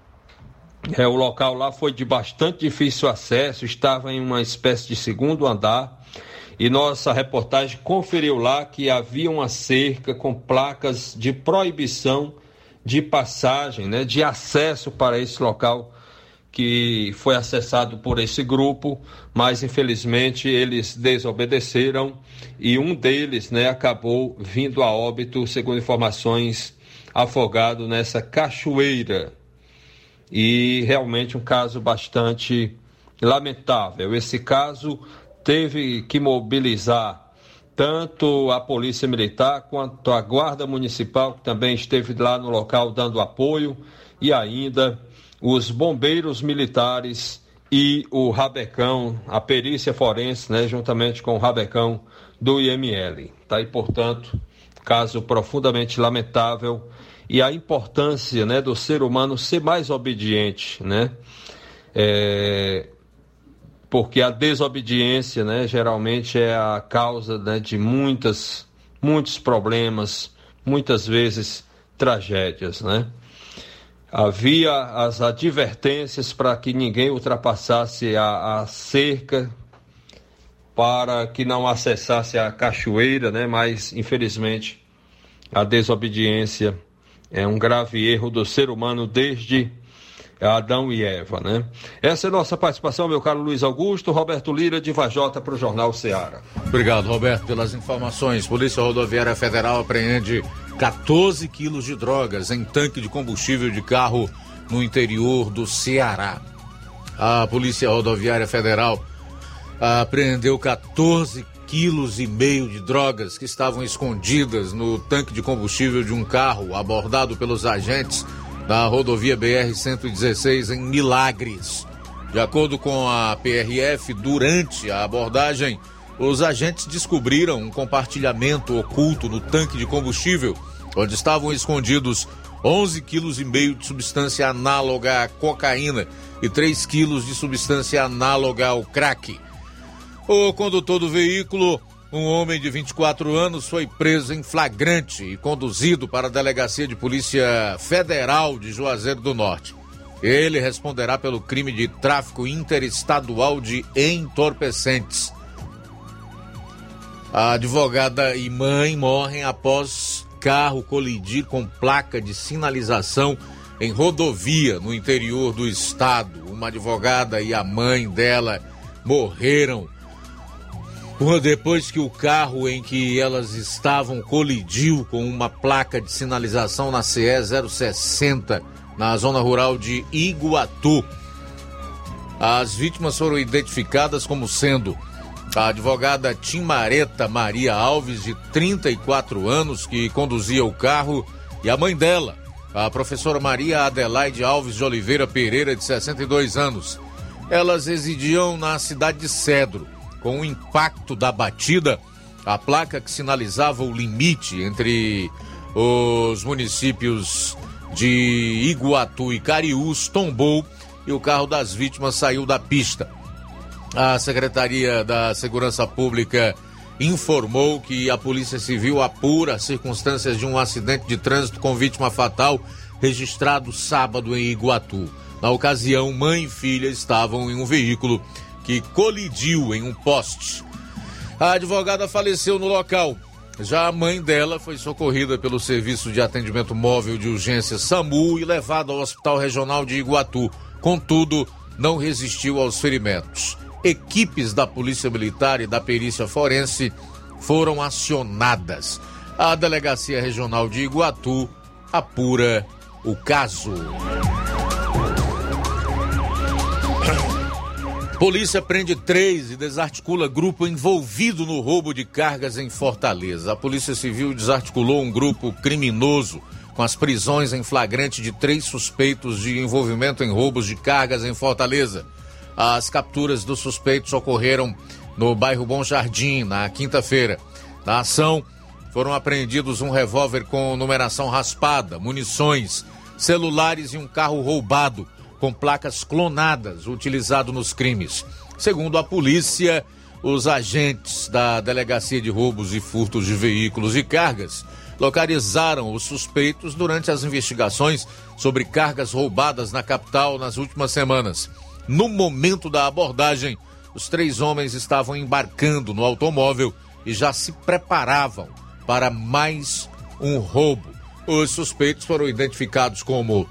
o local lá foi de bastante difícil acesso, estava em uma espécie de segundo andar, e nossa reportagem conferiu lá que havia uma cerca com placas de proibição de passagem, né, de acesso para esse local que foi acessado por esse grupo, mas infelizmente eles desobedeceram e um deles, né, acabou vindo a óbito, segundo informações, afogado nessa cachoeira. E realmente um caso bastante lamentável. Esse caso teve que mobilizar tanto a Polícia Militar quanto a Guarda Municipal, que também esteve lá no local dando apoio, e ainda os bombeiros militares e o Rabecão, a perícia forense, né, juntamente com o Rabecão do IML. Tá aí, portanto, caso profundamente lamentável, e a importância, né, do ser humano ser mais obediente, né? Porque a desobediência, né, geralmente é a causa, né, de muitos problemas, muitas vezes tragédias, né? Havia as advertências para que ninguém ultrapassasse a cerca, para que não acessasse a cachoeira, né? Mas, infelizmente, a desobediência é um grave erro do ser humano desde Adão e Eva, né? Essa é a nossa participação, meu caro Luiz Augusto. Roberto Lira, de Varjota, para o Jornal Ceará. Obrigado, Roberto, pelas informações. Polícia Rodoviária Federal apreende 14 quilos de drogas em tanque de combustível de carro no interior do Ceará. A Polícia Rodoviária Federal apreendeu 14 quilos e meio de drogas que estavam escondidas no tanque de combustível de um carro abordado pelos agentes da rodovia BR-116 em Milagres. De acordo com a PRF, durante a abordagem, os agentes descobriram um compartilhamento oculto no tanque de combustível, onde estavam escondidos 11,5 kg de substância análoga à cocaína e 3 quilos de substância análoga ao crack. O condutor do veículo, um homem de 24 anos, foi preso em flagrante e conduzido para a Delegacia de Polícia Federal de Juazeiro do Norte. Ele responderá pelo crime de tráfico interestadual de entorpecentes. A advogada e mãe morrem após carro colidir com placa de sinalização em rodovia no interior do estado. Uma advogada e a mãe dela morreram depois que o carro em que elas estavam colidiu com uma placa de sinalização na CE 060, na zona rural de Iguatu. As vítimas foram identificadas como sendo a advogada Timareta Maria Alves, de 34 anos, que conduzia o carro, e a mãe dela, a professora Maria Adelaide Alves de Oliveira Pereira, de 62 anos. Elas residiam na cidade de Cedro. Com o impacto da batida, a placa que sinalizava o limite entre os municípios de Iguatu e Cariús tombou e o carro das vítimas saiu da pista. A Secretaria da Segurança Pública informou que a Polícia Civil apura as circunstâncias de um acidente de trânsito com vítima fatal registrado sábado em Iguatu. Na ocasião, mãe e filha estavam em um veículo que colidiu em um poste. A advogada faleceu no local. Já a mãe dela foi socorrida pelo Serviço de Atendimento Móvel de Urgência SAMU e levada ao Hospital Regional de Iguatu. Contudo, não resistiu aos ferimentos. Equipes da Polícia Militar e da Perícia Forense foram acionadas. A Delegacia Regional de Iguatu apura o caso. Polícia prende 3 e desarticula grupo envolvido no roubo de cargas em Fortaleza. A Polícia Civil desarticulou um grupo criminoso com as prisões em flagrante de 3 suspeitos de envolvimento em roubos de cargas em Fortaleza. As capturas dos suspeitos ocorreram no bairro Bom Jardim, na quinta-feira. Na ação, foram apreendidos um revólver com numeração raspada, munições, celulares e um carro roubado com placas clonadas, utilizado nos crimes. Segundo a polícia, os agentes da Delegacia de Roubos e Furtos de Veículos e Cargas localizaram os suspeitos durante as investigações sobre cargas roubadas na capital nas últimas semanas. No momento da abordagem, os 3 homens estavam embarcando no automóvel e já se preparavam para mais um roubo. Os suspeitos foram identificados como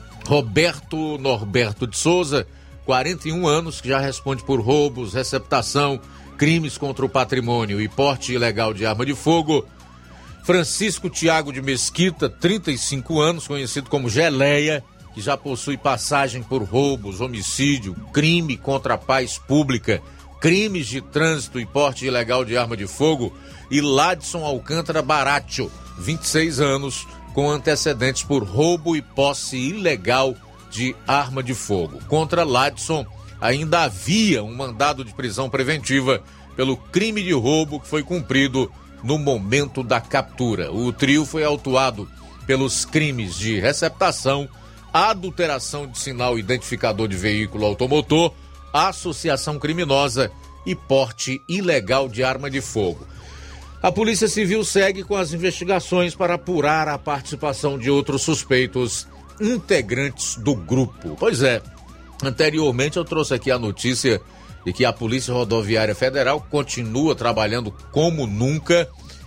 Roberto Norberto de Souza, 41 anos, que já responde por roubos, receptação, crimes contra o patrimônio e porte ilegal de arma de fogo. Francisco Tiago de Mesquita, 35 anos, conhecido como Geleia, que já possui passagem por roubos, homicídio, crime contra a paz pública, crimes de trânsito e porte ilegal de arma de fogo. E Ladson Alcântara Baracho, 26 anos, com antecedentes por roubo e posse ilegal de arma de fogo. Contra Ladson, ainda havia um mandado de prisão preventiva pelo crime de roubo que foi cumprido no momento da captura. O trio foi autuado pelos crimes de receptação, adulteração de sinal identificador de veículo automotor, associação criminosa e porte ilegal de arma de fogo. A Polícia Civil segue com as investigações para apurar a participação de outros suspeitos integrantes do grupo. Pois é, anteriormente eu trouxe aqui a notícia de que a Polícia Rodoviária Federal continua trabalhando como nunca.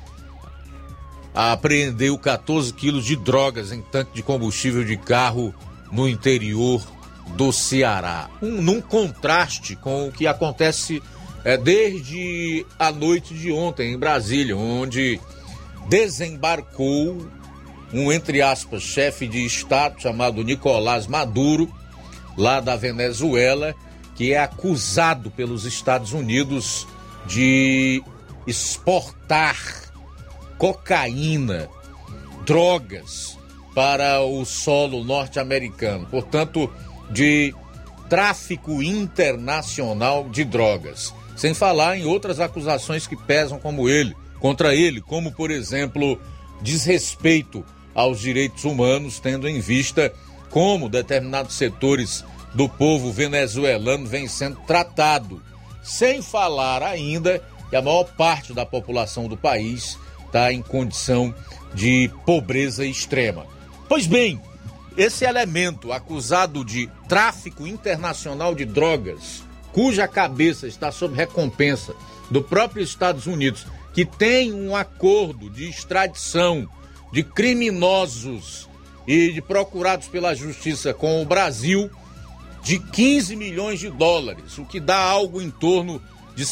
Apreendeu 14 quilos de drogas em tanque de combustível de carro no interior do Ceará. Num contraste com o que acontece desde a noite de ontem em Brasília, onde desembarcou um, entre aspas, chefe de Estado chamado Nicolás Maduro, lá da Venezuela, que é acusado pelos Estados Unidos de exportar cocaína, drogas para o solo norte-americano, portanto, de tráfico internacional de drogas. Sem falar em outras acusações que pesam contra ele, como, por exemplo, desrespeito aos direitos humanos, tendo em vista como determinados setores do povo venezuelano vêm sendo tratado. Sem falar ainda que a maior parte da população do país está em condição de pobreza extrema. Pois bem, esse elemento acusado de tráfico internacional de drogas, cuja cabeça está sob recompensa do próprio Estados Unidos, que tem um acordo de extradição de criminosos e de procurados pela justiça com o Brasil, de 15 milhões de dólares, o que dá algo em torno de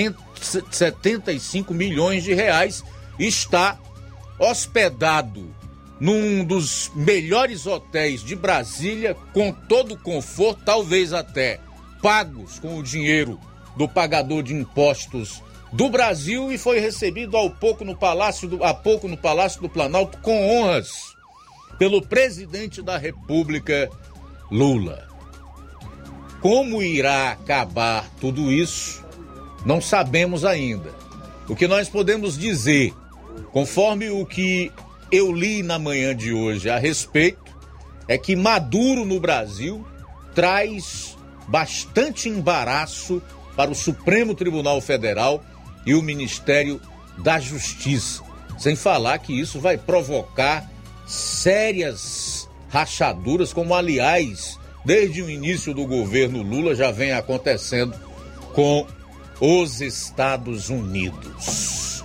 75 milhões de reais, está hospedado num dos melhores hotéis de Brasília, com todo o conforto, talvez até pagos com o dinheiro do pagador de impostos do Brasil, e foi recebido há pouco no Palácio do Planalto com honras pelo presidente da República, Lula. Como irá acabar tudo isso, não sabemos ainda. O que nós podemos dizer, conforme o que eu li na manhã de hoje a respeito, é que Maduro no Brasil traz bastante embaraço para o Supremo Tribunal Federal e o Ministério da Justiça. Sem falar que isso vai provocar sérias rachaduras, como aliás, desde o início do governo Lula já vem acontecendo com os Estados Unidos.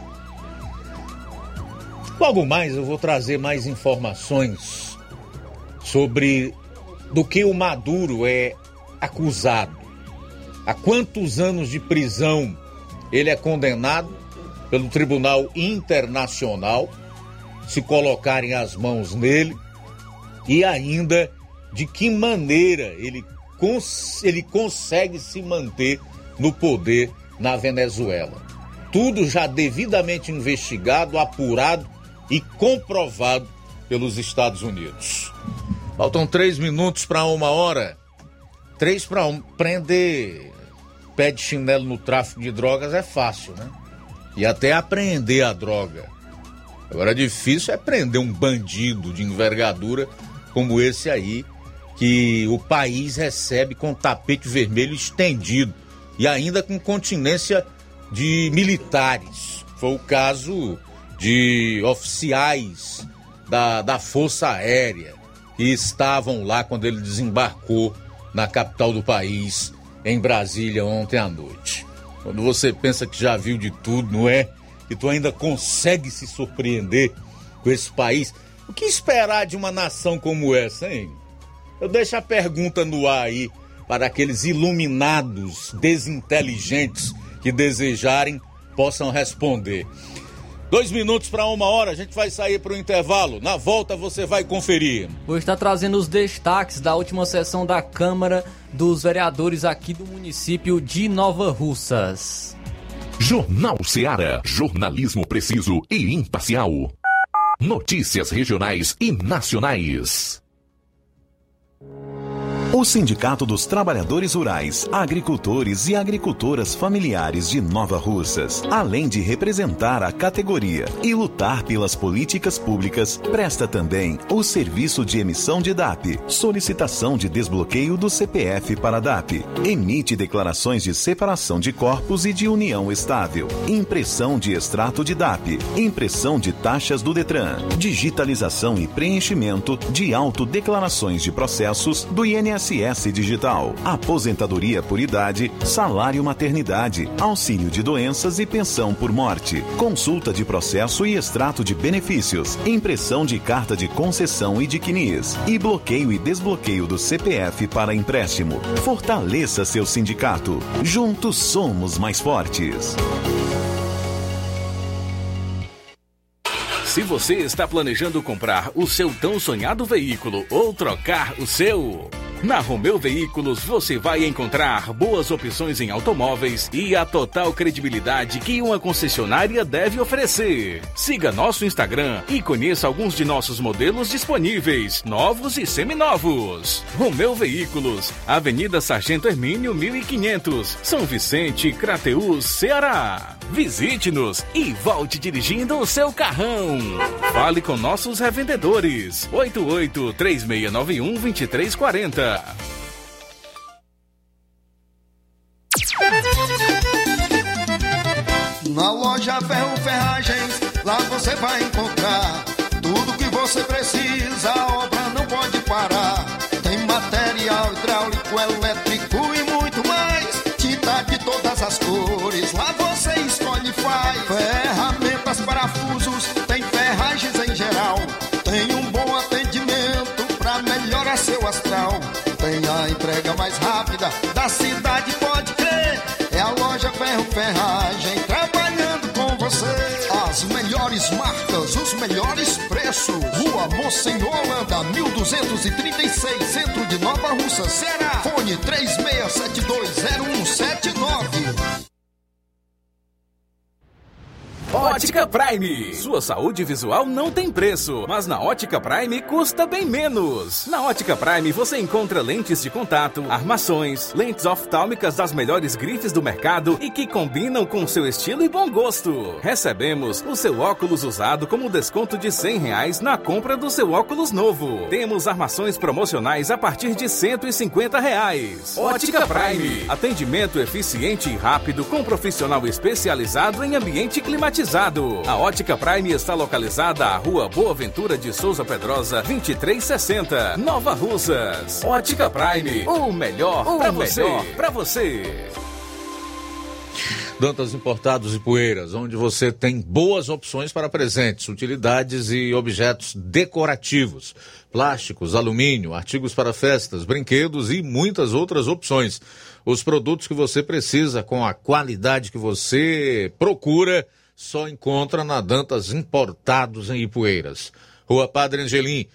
Logo mais eu vou trazer mais informações sobre do que o Maduro é acusado. Há quantos anos de prisão ele é condenado pelo Tribunal Internacional, se colocarem as mãos nele, e ainda de que maneira ele consegue se manter no poder na Venezuela. Tudo já devidamente investigado, apurado e comprovado pelos Estados Unidos. Faltam 3 minutos para 1h. 3 para 1. Prender pé de chinelo no tráfico de drogas é fácil, né? E até apreender a droga. Agora, difícil é prender um bandido de envergadura como esse aí, que o país recebe com tapete vermelho estendido e ainda com contingência de militares. Foi o caso de oficiais da Força Aérea que estavam lá quando ele desembarcou na capital do país, em Brasília, ontem à noite. Quando você pensa que já viu de tudo, não é? Que tu ainda consegue se surpreender com esse país. O que esperar de uma nação como essa, hein? Eu deixo a pergunta no ar aí para aqueles iluminados, desinteligentes que desejarem possam responder. 2 minutos para 1h, a gente vai sair para o intervalo. Na volta você vai conferir. Vou estar trazendo os destaques da última sessão da Câmara dos Vereadores aqui do município de Nova Russas. Jornal Ceará, jornalismo preciso e imparcial. Notícias regionais e nacionais. O Sindicato dos Trabalhadores Rurais, Agricultores e Agricultoras Familiares de Nova Russas, além de representar a categoria e lutar pelas políticas públicas, presta também o serviço de emissão de DAP, solicitação de desbloqueio do CPF para DAP, emite declarações de separação de corpos e de união estável, impressão de extrato de DAP, impressão de taxas do Detran, digitalização e preenchimento de autodeclarações de processos do INSS Digital, aposentadoria por idade, salário maternidade, auxílio de doenças e pensão por morte, consulta de processo e extrato de benefícios, impressão de carta de concessão e de CNIS, e bloqueio e desbloqueio do CPF para empréstimo. Fortaleça seu sindicato. Juntos somos mais fortes. Se você está planejando comprar o seu tão sonhado veículo ou trocar o seu, na Romeu Veículos você vai encontrar boas opções em automóveis e a total credibilidade que uma concessionária deve oferecer. Siga nosso Instagram e conheça alguns de nossos modelos disponíveis, novos e seminovos. Romeu Veículos, Avenida Sargento Hermínio 1500, São Vicente, Crateús, Ceará. Visite-nos e volte dirigindo o seu carrão. Fale com nossos revendedores. 88-3691-2340. Na loja Ferro Ferragens, lá você vai encontrar tudo que você precisa, a obra não pode parar. Tem material hidráulico, elétrico e muito mais. Tinta de todas as cores, lá você escolhe e faz. Ferramentas, parafusos, tem ferragens em geral. Tem um bom atendimento pra melhorar seu astral. Tem a entrega mais rápida da cidade, pode crer. É a loja Ferro Ferragem trabalhando com você. As melhores marcas, os melhores preços. Rua Monsenhor Holanda, 1236, centro de Nova Russa, Ceará. Fone 36720179. Ótica Prime. Sua saúde visual não tem preço, mas na Ótica Prime custa bem menos. Na Ótica Prime você encontra lentes de contato, armações, lentes oftálmicas das melhores grifes do mercado e que combinam com seu estilo e bom gosto. Recebemos o seu óculos usado como desconto de R$100 na compra do seu óculos novo. Temos armações promocionais a partir de R$150. Ótica Prime. Atendimento eficiente e rápido com profissional especializado em ambiente climatizado. A Ótica Prime está localizada à Rua Boa Ventura de Souza Pedrosa, 2360, Nova Russas. Ótica Prime, o melhor pra você. Dantas Importados e Poeiras, onde você tem boas opções para presentes, utilidades e objetos decorativos, plásticos, alumínio, artigos para festas, brinquedos e muitas outras opções. Os produtos que você precisa com a qualidade que você procura, só encontra na Dantas Importados em Ipueiras. Rua Padre Angelim,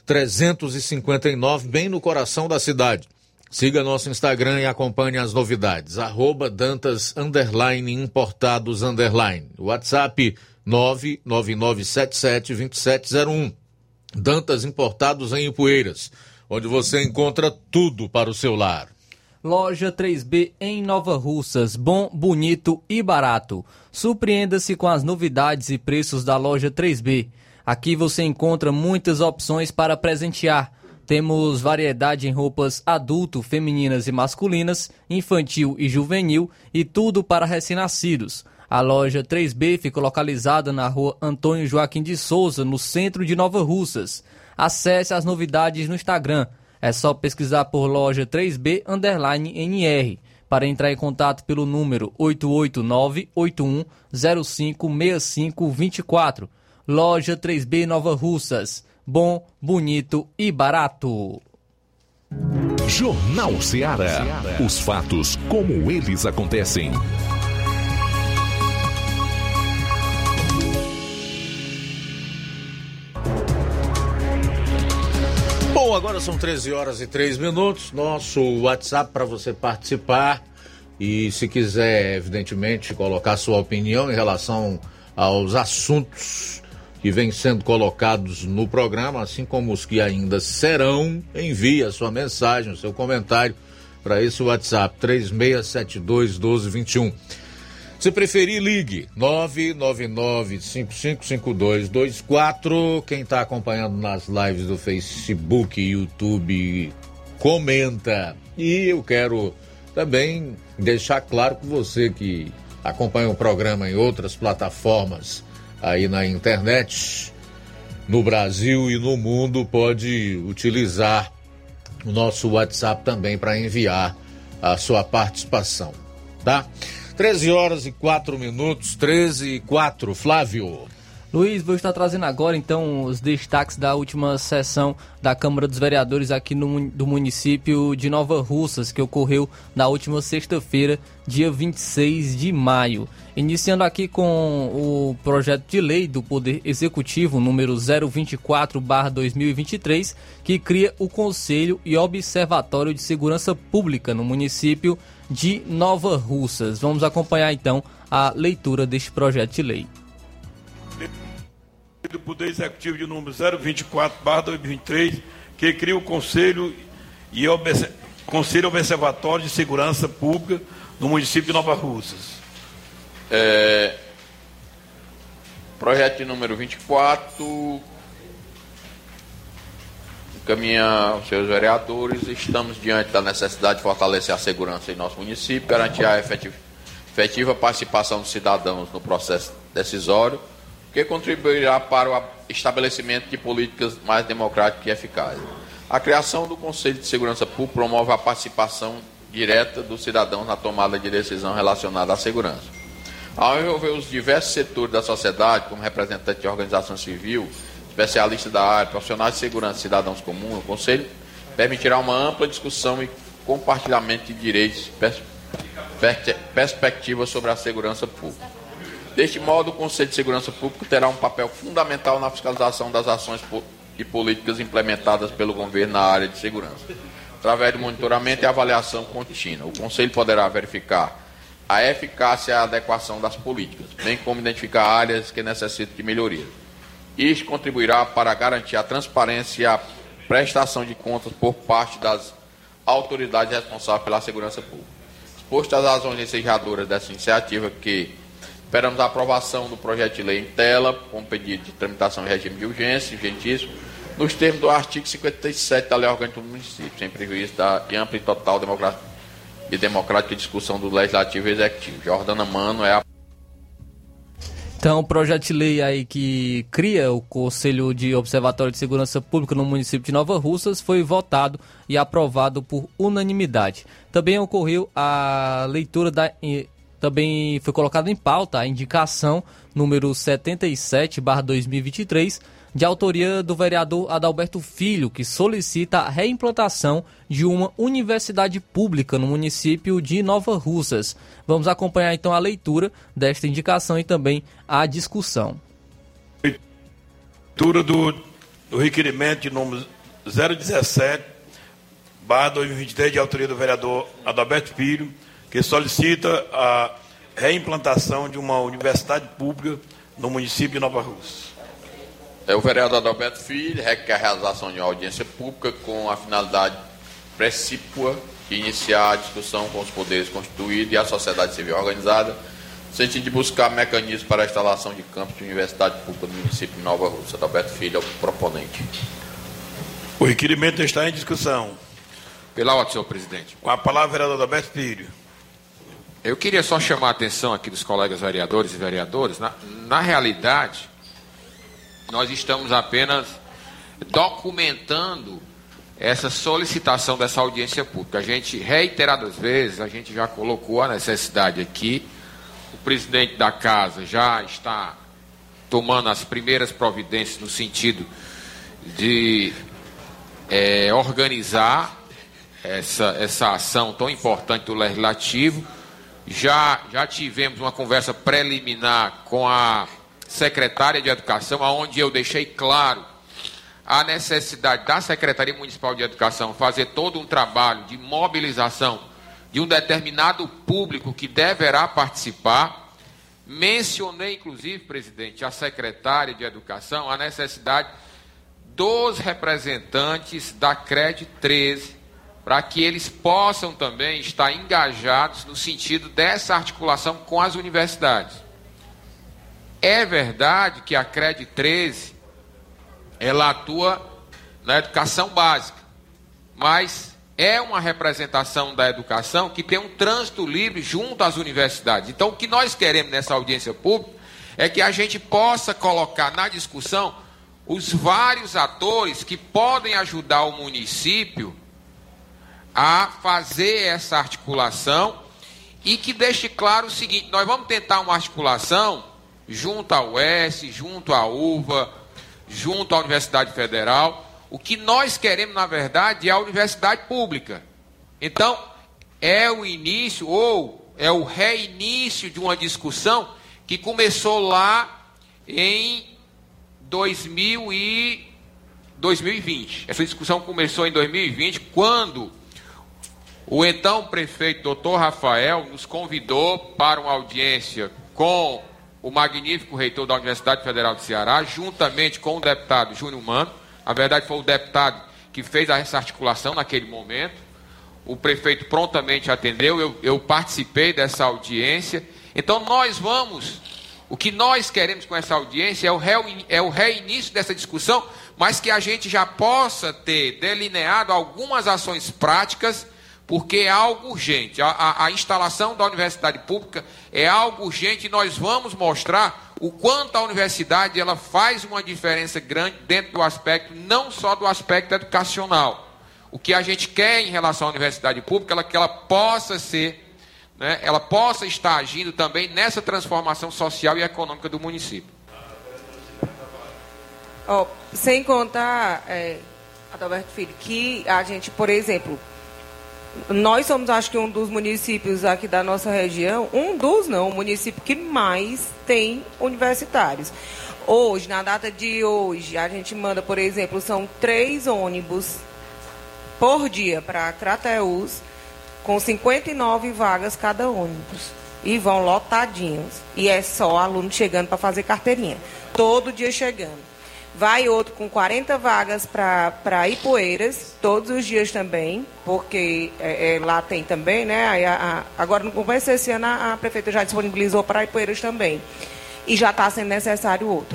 359, bem no coração da cidade. Siga nosso Instagram e acompanhe as novidades. @Dantas_Importados_. WhatsApp 999772701. Dantas Importados em Ipueiras, onde você encontra tudo para o seu lar. Loja 3B em Nova Russas, bom, bonito e barato. Surpreenda-se com as novidades e preços da Loja 3B. Aqui você encontra muitas opções para presentear. Temos variedade em roupas adulto, femininas e masculinas, infantil e juvenil e tudo para recém-nascidos. A Loja 3B fica localizada na Rua Antônio Joaquim de Souza, no centro de Nova Russas. Acesse as novidades no Instagram. É só pesquisar por Loja 3B_NR. Para entrar em contato pelo número 889-8105-6524. Loja 3B Nova Russas. Bom, bonito e barato. Jornal Ceará. Os fatos como eles acontecem. Bom, agora são 13h03. Nosso WhatsApp para você participar e, se quiser, evidentemente, colocar sua opinião em relação aos assuntos que vêm sendo colocados no programa, assim como os que ainda serão, envie a sua mensagem, o seu comentário para esse WhatsApp 36721221. Se preferir, ligue 999-555224. Quem está acompanhando nas lives do Facebook e YouTube, comenta. E eu quero também deixar claro que você que acompanha o programa em outras plataformas aí na internet, no Brasil e no mundo, pode utilizar o nosso WhatsApp também para enviar a sua participação, tá? 13h04, 13h04, Flávio. Luiz, vou estar trazendo agora então os destaques da última sessão da Câmara dos Vereadores aqui do município de Nova Russas, que ocorreu na última sexta-feira, dia 26 de maio. Iniciando aqui com o projeto de lei do Poder Executivo número 024/2023, que cria o Conselho e Observatório de Segurança Pública no município de Nova Russas. Vamos acompanhar então a leitura deste projeto de lei. Do Poder Executivo de número 024/2023, que cria o Conselho e Conselho Observatório de Segurança Pública no município de Nova Russas. Projeto de número 24, encaminha aos seus vereadores. Estamos diante da necessidade de fortalecer a segurança em nosso município, garantir a efetiva participação dos cidadãos no processo decisório, que contribuirá para o estabelecimento de políticas mais democráticas e eficazes. A criação do Conselho de Segurança Pública promove a participação direta dos cidadãos na tomada de decisão relacionada à segurança. Ao envolver os diversos setores da sociedade, como representantes de organização civil, especialistas da área, profissionais de segurança e cidadãos comuns, o Conselho permitirá uma ampla discussão e compartilhamento de direitos e perspectivas sobre a segurança pública. Deste modo, o Conselho de Segurança Pública terá um papel fundamental na fiscalização das ações e políticas implementadas pelo governo na área de segurança, através do monitoramento e avaliação contínua. O Conselho poderá verificar a eficácia e a adequação das políticas, bem como identificar áreas que necessitam de melhoria. Isto contribuirá para garantir a transparência e a prestação de contas por parte das autoridades responsáveis pela segurança pública. Exposto às razões ensejadoras dessa iniciativa, que esperamos a aprovação do projeto de lei em tela, com pedido de tramitação em regime de urgência, urgentíssimo, nos termos do artigo 57 da Lei Orgânica do Município, sem prejuízo da ampla e total democrática discussão do Legislativo e Executivo. Jordana Mano é a... Então, o projeto de lei aí que cria o Conselho de Observatório de Segurança Pública no município de Nova Russas foi votado e aprovado por unanimidade. Também ocorreu a leitura também foi colocada em pauta a indicação número 77/2023, de autoria do vereador Adalberto Filho, que solicita a reimplantação de uma universidade pública no município de Nova Russas. Vamos acompanhar então a leitura desta indicação e também a discussão. Leitura do requerimento de número 017/2023, de autoria do vereador Adalberto Filho, que solicita a reimplantação de uma universidade pública no município de Nova Russas. O vereador Adalberto Filho requer a realização de uma audiência pública com a finalidade precípua de iniciar a discussão com os poderes constituídos e a sociedade civil organizada, no sentido de buscar mecanismos para a instalação de campos de universidade pública no município de Nova Russa. Adalberto Filho é o proponente. O requerimento está em discussão. Pela ordem, senhor presidente. Com a palavra, vereador Adalberto Filho. Eu queria só chamar a atenção aqui dos colegas vereadores e vereadoras. Na realidade, nós estamos apenas documentando essa solicitação dessa audiência pública. A gente, reiteradas vezes, a gente já colocou a necessidade aqui. O presidente da casa já está tomando as primeiras providências no sentido de organizar essa ação tão importante do Legislativo. Já tivemos uma conversa preliminar com a secretária de Educação, onde eu deixei claro a necessidade da Secretaria Municipal de Educação fazer todo um trabalho de mobilização de um determinado público que deverá participar. Mencionei, inclusive, presidente, a secretária de Educação, a necessidade dos representantes da CRED 13, para que eles possam também estar engajados no sentido dessa articulação com as universidades. É verdade que a CRED 13, ela atua na educação básica, mas é uma representação da educação que tem um trânsito livre junto às universidades. Então, o que nós queremos nessa audiência pública é que a gente possa colocar na discussão os vários atores que podem ajudar o município a fazer essa articulação e que deixe claro o seguinte: nós vamos tentar uma articulação junto à UES, junto à UVA, junto à Universidade Federal. O que nós queremos, na verdade, é a universidade pública. Então, é o início, ou é o reinício de uma discussão que começou lá em 2020. Essa discussão começou em 2020, quando o então prefeito Dr. Rafael nos convidou para uma audiência com o magnífico reitor da Universidade Federal do Ceará, juntamente com o deputado Júnior Mano. Na verdade, foi o deputado que fez essa articulação naquele momento. O prefeito prontamente atendeu, eu participei dessa audiência. Então, o que nós queremos com essa audiência é o reinício dessa discussão, mas que a gente já possa ter delineado algumas ações práticas, porque é algo urgente. A instalação da universidade pública é algo urgente, e nós vamos mostrar o quanto a universidade ela faz uma diferença grande dentro do aspecto, não só do aspecto educacional. O que a gente quer em relação à universidade pública é que ela possa ser, né, ela possa estar agindo também nessa transformação social e econômica do município. Sem contar, Adalberto Filho, que a gente, por exemplo, nós somos, acho que, um dos municípios aqui da nossa região, o município que mais tem universitários. Hoje, na data de hoje, a gente manda, por exemplo, são 3 ônibus por dia para Crateús, com 59 vagas cada ônibus. e vão lotadinhos. E é só aluno chegando para fazer carteirinha. Todo dia chegando. Vai outro com 40 vagas para Ipueiras, todos os dias também, porque lá tem também, né? Agora, no começo desse ano, a prefeitura já disponibilizou para Ipueiras também. E já está sendo necessário outro.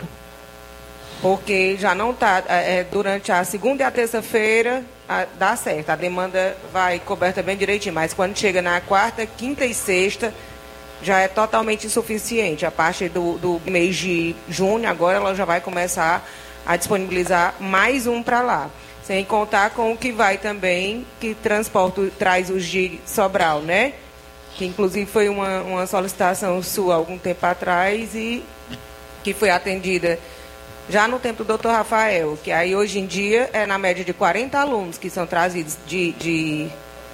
Porque já não está, durante a segunda e a terça-feira, dá certo, a demanda vai coberta bem direitinho, mas quando chega na quarta, quinta e sexta, já é totalmente insuficiente. A partir do mês de junho, agora ela já vai começar a disponibilizar mais um para lá. Sem contar com o que vai também, que traz os de Sobral, né? Que inclusive foi uma solicitação sua há algum tempo atrás e que foi atendida já no tempo do Dr. Rafael, que aí hoje em dia é na média de 40 alunos que são trazidos de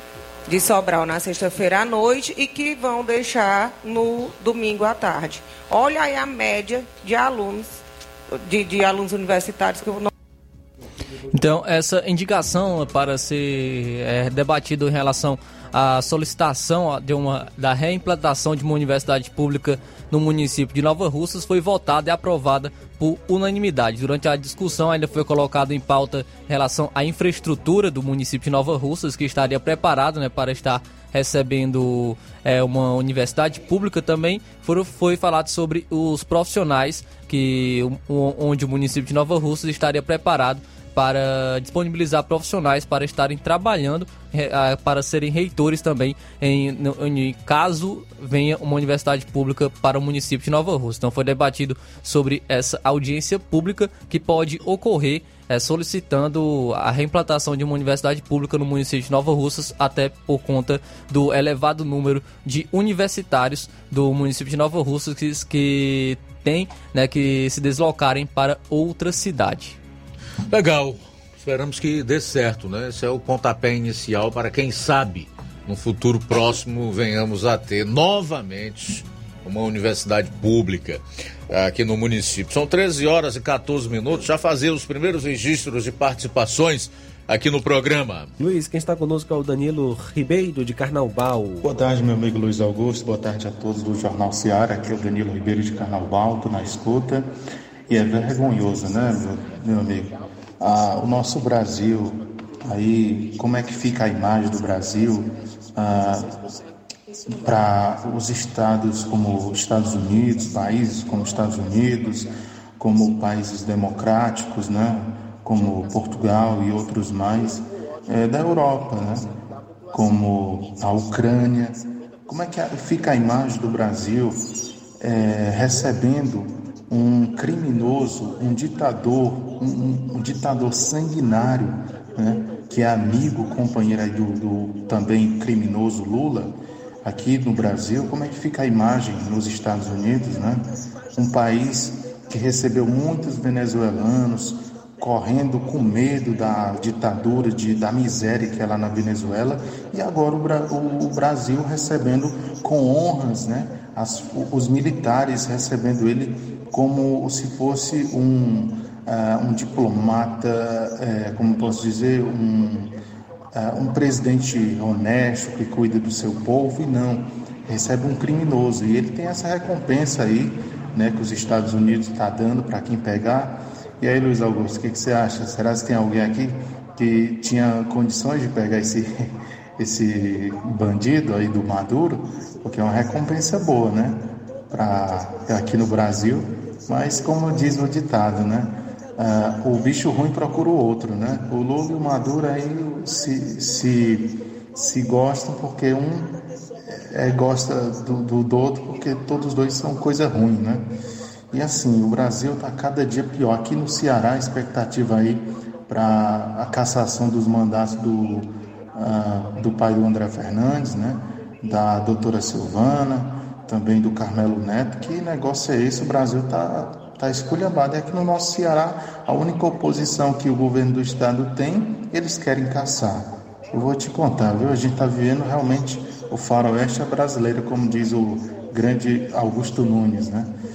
Sobral na sexta-feira à noite e que vão deixar no domingo à tarde. Olha aí a média de alunos, de alunos universitários que não... Então, essa indicação para ser debatido em relação à solicitação da reimplantação de uma universidade pública no município de Nova Russas foi votada e aprovada por unanimidade. Durante a discussão ainda foi colocado em pauta em relação à infraestrutura do município de Nova Russas, que estaria preparado, né, para estar recebendo uma universidade pública. Também foi falado sobre os profissionais onde o município de Nova Russas estaria preparado para disponibilizar profissionais para estarem trabalhando, para serem reitores também, em caso venha uma universidade pública para o município de Nova Russas. Então foi debatido sobre essa audiência pública que pode ocorrer solicitando a reimplantação de uma universidade pública no município de Nova Russas, até por conta do elevado número de universitários do município de Nova Russas que tem, né, que se deslocarem para outra cidade. Legal, esperamos que dê certo, né? Esse é o pontapé inicial para quem sabe no futuro próximo venhamos a ter novamente uma universidade pública aqui no município. São 13h14, já fazer os primeiros registros de participações aqui no programa. Luiz, quem está conosco é o Danilo Ribeiro de Carnaubal. Boa tarde, meu amigo Luiz Augusto, boa tarde a todos do Jornal Seara, aqui é o Danilo Ribeiro de Carnaubal, estou na escuta. E é vergonhoso, né, meu amigo? O nosso Brasil, aí, como é que fica a imagem do Brasil para os estados como os Estados Unidos, países como os Estados Unidos, como países democráticos, né, como Portugal e outros mais, da Europa, né, como a Ucrânia. Como é que fica a imagem do Brasil recebendo um criminoso, um ditador, um ditador sanguinário, né, que é amigo, companheiro aí do também criminoso Lula, aqui no Brasil? Como é que fica a imagem nos Estados Unidos, né? Um país que recebeu muitos venezuelanos correndo com medo da ditadura, da miséria que é lá na Venezuela, e agora o Brasil recebendo com honras, né? Os militares recebendo ele como se fosse um diplomata, como posso dizer, um presidente honesto que cuida do seu povo, e não, recebe um criminoso. E ele tem essa recompensa aí, né, que os Estados Unidos está dando para quem pegar. E aí, Luiz Augusto, o que você acha? Será que tem alguém aqui que tinha condições de pegar esse bandido aí do Maduro? Porque é uma recompensa boa, né, aqui no Brasil. Mas, como diz o ditado, né, o bicho ruim procura o outro, né? O Lula e o Maduro aí se gostam porque um gosta do outro, porque todos os dois são coisa ruim, né? E assim, o Brasil está cada dia pior. Aqui no Ceará, a expectativa aí para a cassação dos mandatos do pai do André Fernandes, né? Da doutora Silvana, também do Carmelo Neto. Que negócio é esse? O Brasil está esculhambado. É aqui no nosso Ceará, a única oposição que o governo do estado tem, eles querem caçar. Eu vou te contar, viu? A gente está vivendo realmente o faroeste brasileiro, como diz o grande Augusto Nunes, né?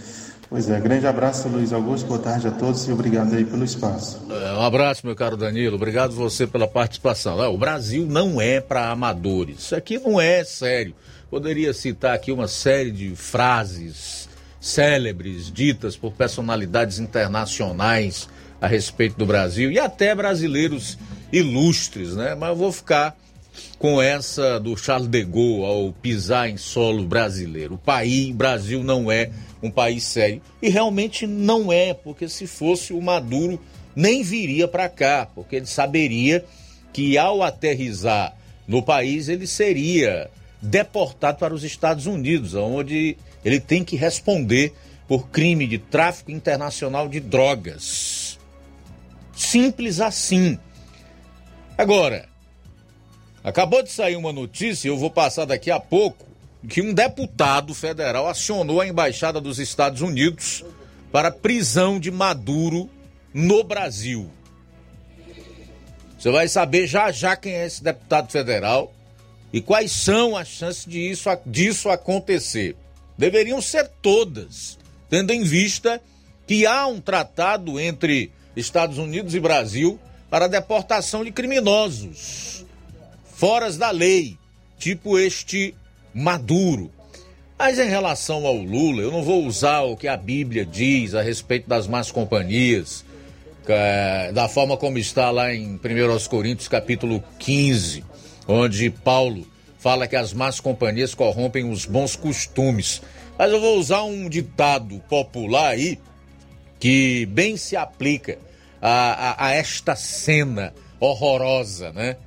Pois é, grande abraço, Luiz Augusto, boa tarde a todos e obrigado aí pelo espaço. Um abraço, meu caro Danilo, obrigado você pela participação. O Brasil não é para amadores, isso aqui não é sério. Poderia citar aqui uma série de frases célebres ditas por personalidades internacionais a respeito do Brasil e até brasileiros ilustres, né? Mas eu vou ficar com essa do Charles de Gaulle ao pisar em solo brasileiro. O Brasil não é um país sério. E realmente não é, porque se fosse o Maduro nem viria para cá, porque ele saberia que ao aterrissar no país ele seria deportado para os Estados Unidos, onde ele tem que responder por crime de tráfico internacional de drogas. Simples assim. Agora, acabou de sair uma notícia, eu vou passar daqui a pouco, que um deputado federal acionou a Embaixada dos Estados Unidos para a prisão de Maduro no Brasil. Você vai saber já quem é esse deputado federal e quais são as chances disso acontecer. Deveriam ser todas, tendo em vista que há um tratado entre Estados Unidos e Brasil para a deportação de criminosos fora da lei, tipo este Maduro. Mas em relação ao Lula, eu não vou usar o que a Bíblia diz a respeito das más companhias, da forma como está lá em 1 Coríntios capítulo 15, onde Paulo fala que as más companhias corrompem os bons costumes. Mas eu vou usar um ditado popular aí que bem se aplica a esta cena horrorosa, né?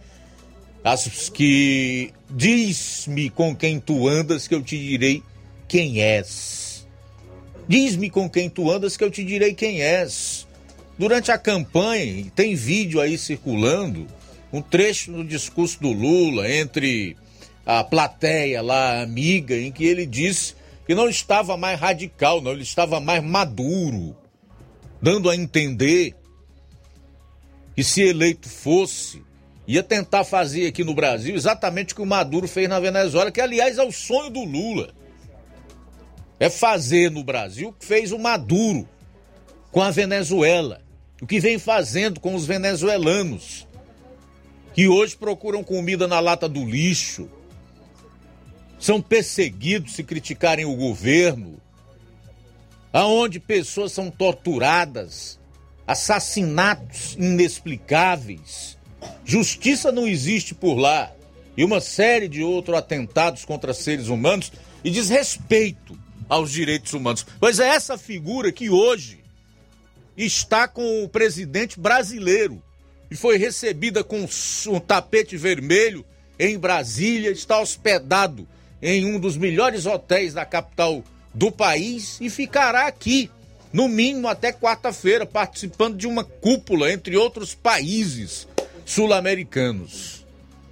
Que diz-me com quem tu andas que eu te direi quem és. Diz-me com quem tu andas que eu te direi quem és. Durante a campanha, tem vídeo aí circulando, um trecho do discurso do Lula entre a plateia lá, amiga, em que ele disse que não estava mais radical, não, ele estava mais maduro, dando a entender que se eleito fosse, ia tentar fazer aqui no Brasil exatamente o que o Maduro fez na Venezuela, que aliás é o sonho do Lula. É fazer no Brasil o que fez o Maduro com a Venezuela, o que vem fazendo com os venezuelanos, que hoje procuram comida na lata do lixo, são perseguidos se criticarem o governo, aonde pessoas são torturadas, assassinatos inexplicáveis. Justiça não existe por lá e uma série de outros atentados contra seres humanos e desrespeito aos direitos humanos. Pois é essa figura que hoje está com o presidente brasileiro e foi recebida com um tapete vermelho em Brasília, está hospedado em um dos melhores hotéis da capital do país e ficará aqui, no mínimo até quarta-feira, participando de uma cúpula entre outros países sul-americanos.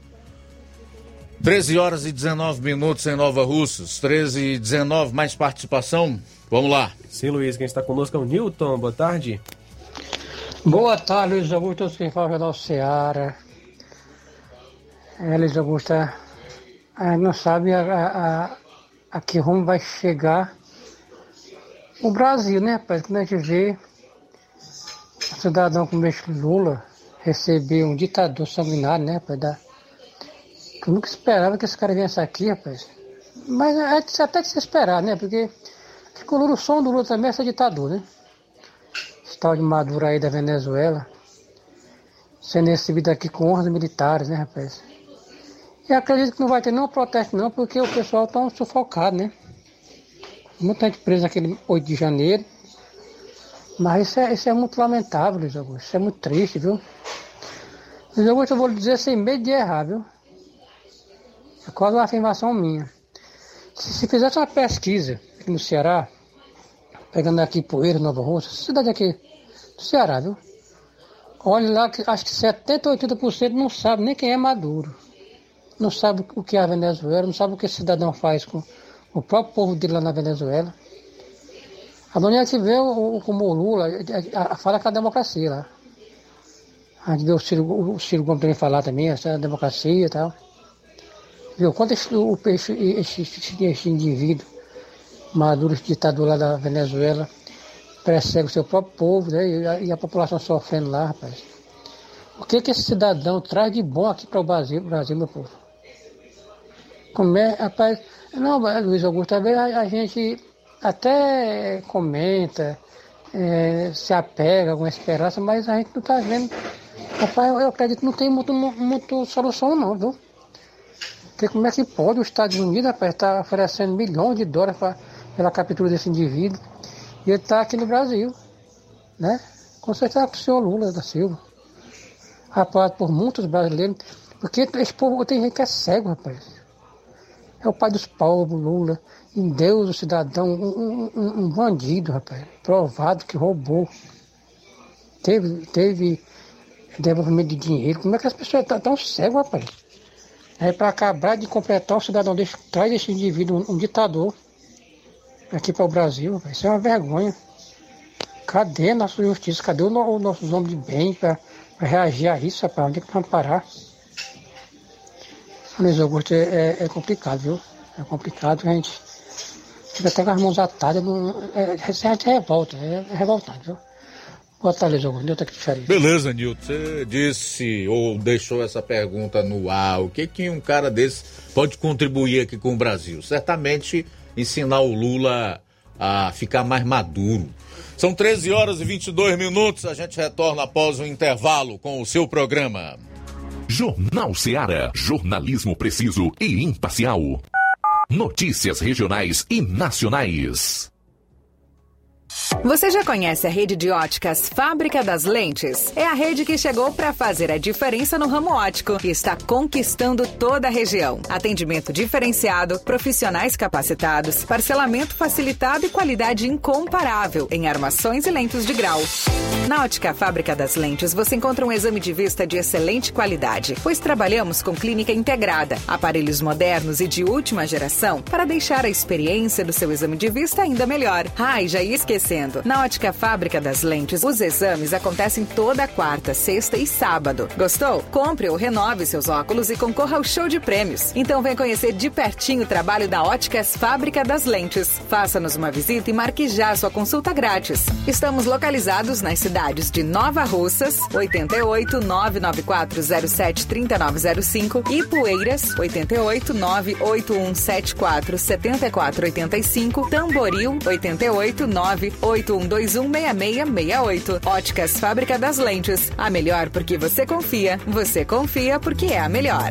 13h19 em Nova Russas, 13h19, mais participação? Vamos lá. Sim, Luiz, quem está conosco é o Nilton, boa tarde. Boa tarde, Luiz Augusto, quem fala é o Ceará. Luiz Augusto, não sabe a que rumo vai chegar o Brasil, né, rapaz? Quando a gente vê um cidadão como este Lula receber um ditador sanguinário, né, rapaz? Eu nunca esperava que esse cara viesse aqui, rapaz. Mas é até que se esperar, né? Porque o som do Lula também é ser ditador, né? Esse tal de Maduro aí da Venezuela, sendo recebido aqui com honras militares, né, rapaz? E acredito que não vai ter nenhum protesto, não, porque o pessoal está sufocado, né? Muita gente presa naquele 8 de janeiro. Mas isso é muito lamentável, Luiz Augusto. Isso é muito triste, viu? Luiz Augusto, eu vou lhe dizer sem medo de errar, viu? É quase uma afirmação minha. Se fizesse uma pesquisa aqui no Ceará, pegando aqui Poeira, Nova Rússia, cidade aqui do Ceará, viu? Olha lá, acho que 70% ou 80% não sabe nem quem é Maduro. Não sabe o que é a Venezuela, não sabe o que esse cidadão faz com o próprio povo dele lá na Venezuela. A dona que vê como o Lula fala que é a democracia lá. A gente vê o Ciro Gomes também falar também, essa democracia e tal. Viu quanto esse indivíduo, Maduro, esse ditador lá da Venezuela, persegue o seu próprio povo, né? E a população sofrendo lá, rapaz. O que esse cidadão traz de bom aqui para o Brasil, meu povo? Como é, rapaz? Não, Luiz Augusto, às vezes a gente até comenta, se apega a alguma esperança, mas a gente não está vendo. Rapaz, eu acredito que não tem muito solução não, viu? Porque como é que pode os Estados Unidos, rapaz, estar oferecendo milhões de dólares pela captura desse indivíduo e ele está aqui no Brasil, né? Com certeza com o senhor Lula da Silva, apoiado por muitos brasileiros, porque esse povo tem gente que é cego, rapaz. É o pai dos povos, Lula, em Deus, o cidadão, um bandido, rapaz, provado que roubou. Teve desenvolvimento de dinheiro. Como é que as pessoas estão tão cegas, rapaz? Para acabar de completar o cidadão traz esse indivíduo, um ditador, aqui para o Brasil, rapaz. Isso é uma vergonha. Cadê a nossa justiça? Cadê os nossos homens de bem para reagir a isso, rapaz? Onde é que vamos parar? Luiz Augusto, é complicado, viu? É complicado, a gente fica até com as mãos atadas, é revolta, é revoltado, viu? Boa tarde, Luiz Augusto, Nilton aqui de Xaria. Beleza, Nilton, você disse ou deixou essa pergunta no ar, o que um cara desse pode contribuir aqui com o Brasil? Certamente ensinar o Lula a ficar mais maduro. São 13h22, a gente retorna após o intervalo com o seu programa. Jornal Ceará, jornalismo preciso e imparcial. Notícias regionais e nacionais. Você já conhece a rede de óticas Fábrica das Lentes? É a rede que chegou para fazer a diferença no ramo óptico e está conquistando toda a região. Atendimento diferenciado, profissionais capacitados, parcelamento facilitado e qualidade incomparável em armações e lentes de grau. Na Ótica Fábrica das Lentes você encontra um exame de vista de excelente qualidade, pois trabalhamos com clínica integrada, aparelhos modernos e de última geração para deixar a experiência do seu exame de vista ainda melhor. Já ia esquecendo. Na Ótica Fábrica das Lentes, os exames acontecem toda quarta, sexta e sábado. Gostou? Compre ou renove seus óculos e concorra ao show de prêmios. Então vem conhecer de pertinho o trabalho da Óticas Fábrica das Lentes. Faça-nos uma visita e marque já sua consulta grátis. Estamos localizados nas cidades de Nova Russas, 88 99407 3905 e Poeiras, 88 98174 7485, Tamboril, 88 981216668. Óticas Fábrica das Lentes. A melhor porque você confia porque é a melhor.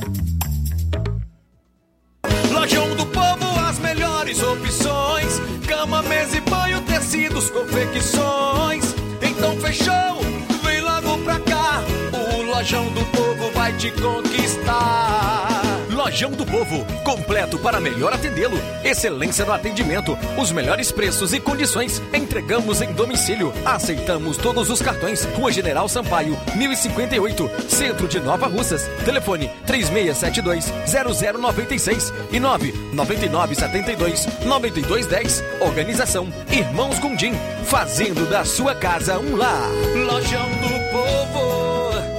Lojão do Povo, as melhores opções: cama, mesa e banho, tecidos, confecções. Então fechou, vem logo pra cá. O Lojão do Povo vai te conquistar. Lojão do Povo, completo para melhor atendê-lo. Excelência no atendimento, os melhores preços e condições. Entregamos em domicílio. Aceitamos todos os cartões. Rua General Sampaio, 1058, Centro de Nova Russas. Telefone 3672-0096 e 99972-9210. Organização Irmãos Gondim, fazendo da sua casa um lar. Lojão do Povo.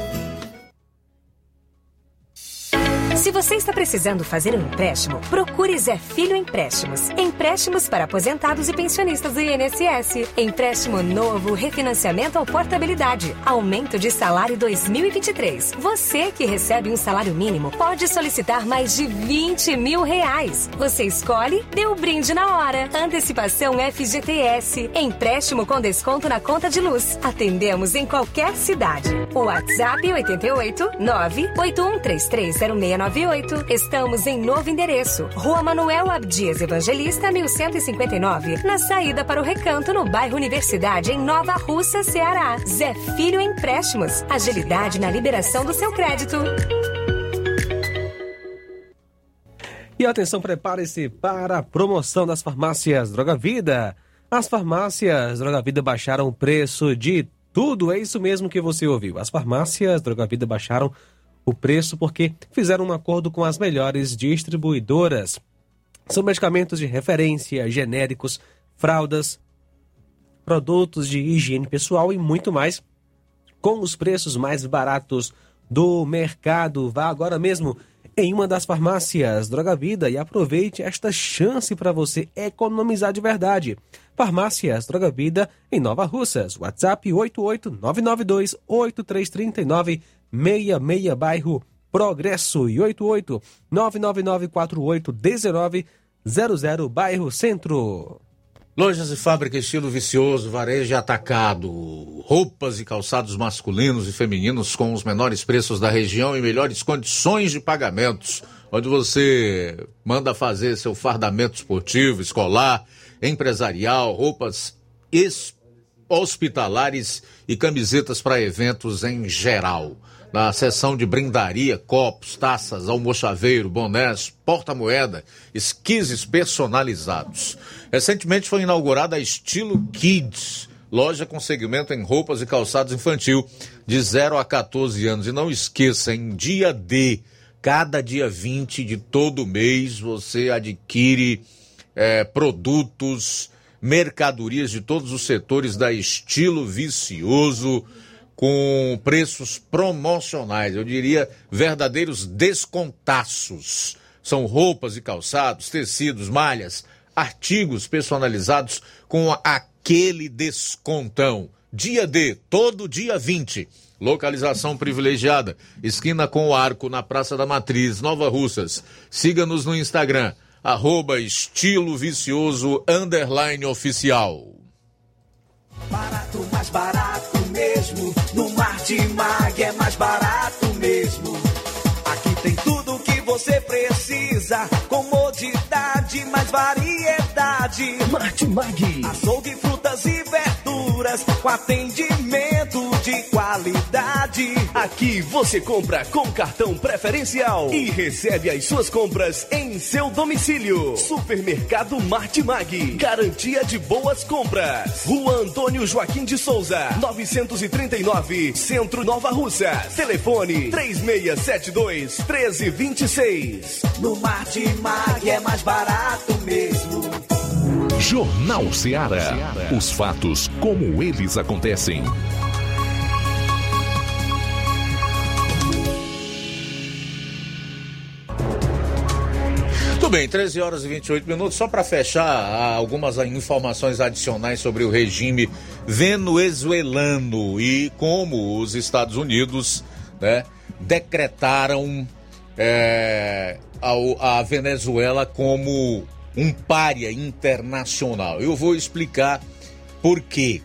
Se você está precisando fazer um empréstimo, procure Zé Filho Empréstimos. Empréstimos para aposentados e pensionistas do INSS. Empréstimo novo, refinanciamento ou portabilidade. Aumento de salário 2023. Você que recebe um salário mínimo pode solicitar mais de R$20 mil. Você escolhe, dê o brinde na hora. Antecipação FGTS. Empréstimo com desconto na conta de luz. Atendemos em qualquer cidade. O WhatsApp 88 981330698. Estamos em novo endereço. Rua Manuel Abdias Evangelista, 1159. Na saída para o Recanto, no bairro Universidade, em Nova Russa, Ceará. Zé Filho Empréstimos. Agilidade na liberação do seu crédito. E atenção, prepare-se para a promoção das farmácias Droga Vida. As farmácias Droga Vida baixaram o preço de tudo. É isso mesmo que você ouviu. As farmácias Droga Vida baixaram o preço porque fizeram um acordo com as melhores distribuidoras. São medicamentos de referência, genéricos, fraldas, produtos de higiene pessoal e muito mais, com os preços mais baratos do mercado. Vá agora mesmo em uma das farmácias Droga Vida e aproveite esta chance para você economizar de verdade. Farmácias Droga Vida em Nova Russas. WhatsApp 88992833966, bairro Progresso, e 88999481900, bairro Centro. Lojas e fábrica estilo vicioso, varejo e atacado, roupas e calçados masculinos e femininos com os menores preços da região e melhores condições de pagamentos, onde você manda fazer seu fardamento esportivo, escolar, empresarial, roupas hospitalares e camisetas para eventos em geral. Na seção de brindaria, copos, taças, almochaveiro, bonés, porta-moeda, esquises personalizados. Recentemente foi inaugurada a Estilo Kids, loja com segmento em roupas e calçados infantil de 0 a 14 anos. E não esqueça, em dia D, cada dia 20 de todo mês, você adquire produtos, mercadorias de todos os setores da Estilo Vicioso, com preços promocionais, eu diria verdadeiros descontaços. São roupas e calçados, tecidos, malhas, artigos personalizados com aquele descontão. Dia D, todo dia 20. Localização privilegiada, esquina com o Arco, na Praça da Matriz, Nova Russas. Siga-nos no Instagram, @estilovicioso_oficial. Barato, mais barato mesmo. No Martimag é mais barato mesmo. Aqui tem tudo o que você precisa. Comodidade, mais variedade. Martimag. Açougue, frutas e verduras com atendimento de qualidade. Aqui você compra com cartão preferencial e recebe as suas compras em seu domicílio. Supermercado Martimag. Garantia de boas compras. Rua Antônio Joaquim de Souza, 939, Centro, Nova Russas. Telefone 3672-1326. No Martimag é mais barato mesmo. Jornal Ceará. Os fatos como eles acontecem. Muito bem, 13 horas e 28 minutos. Só para fechar, algumas informações adicionais sobre o regime venezuelano e como os Estados Unidos, né, decretaram a Venezuela como um pária internacional. Eu vou explicar por quê.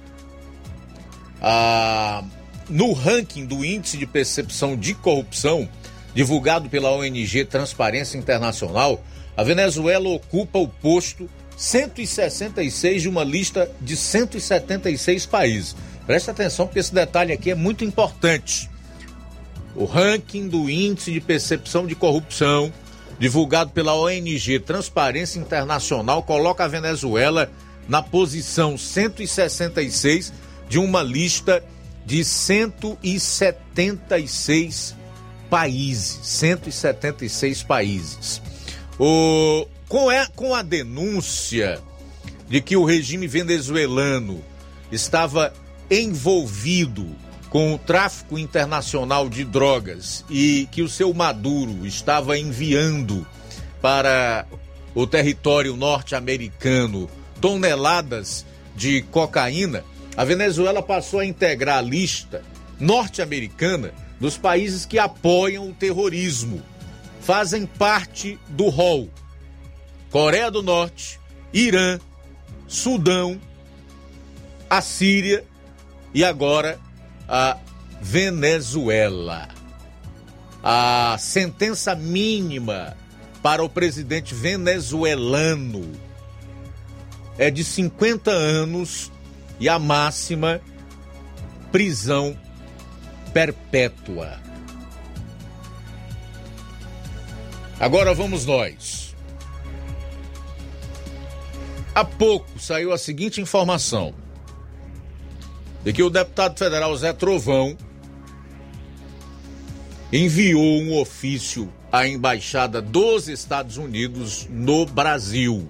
No ranking do Índice de Percepção de Corrupção, divulgado pela ONG Transparência Internacional, a Venezuela ocupa o posto 166 de uma lista de 176 países. Preste atenção porque esse detalhe aqui é muito importante. O ranking do Índice de Percepção de Corrupção, divulgado pela ONG Transparência Internacional, coloca a Venezuela na posição 166 de uma lista de 176 países. 176 países. Com a denúncia de que o regime venezuelano estava envolvido com o tráfico internacional de drogas e que o seu Maduro estava enviando para o território norte-americano toneladas de cocaína, a Venezuela passou a integrar a lista norte-americana dos países que apoiam o terrorismo. Fazem parte do rol Coreia do Norte, Irã, Sudão, a Síria e agora a Venezuela. A sentença mínima para o presidente venezuelano é de 50 anos e a máxima, prisão perpétua. Agora vamos nós. Há pouco saiu a seguinte informação: de que o deputado federal Zé Trovão enviou um ofício à Embaixada dos Estados Unidos no Brasil.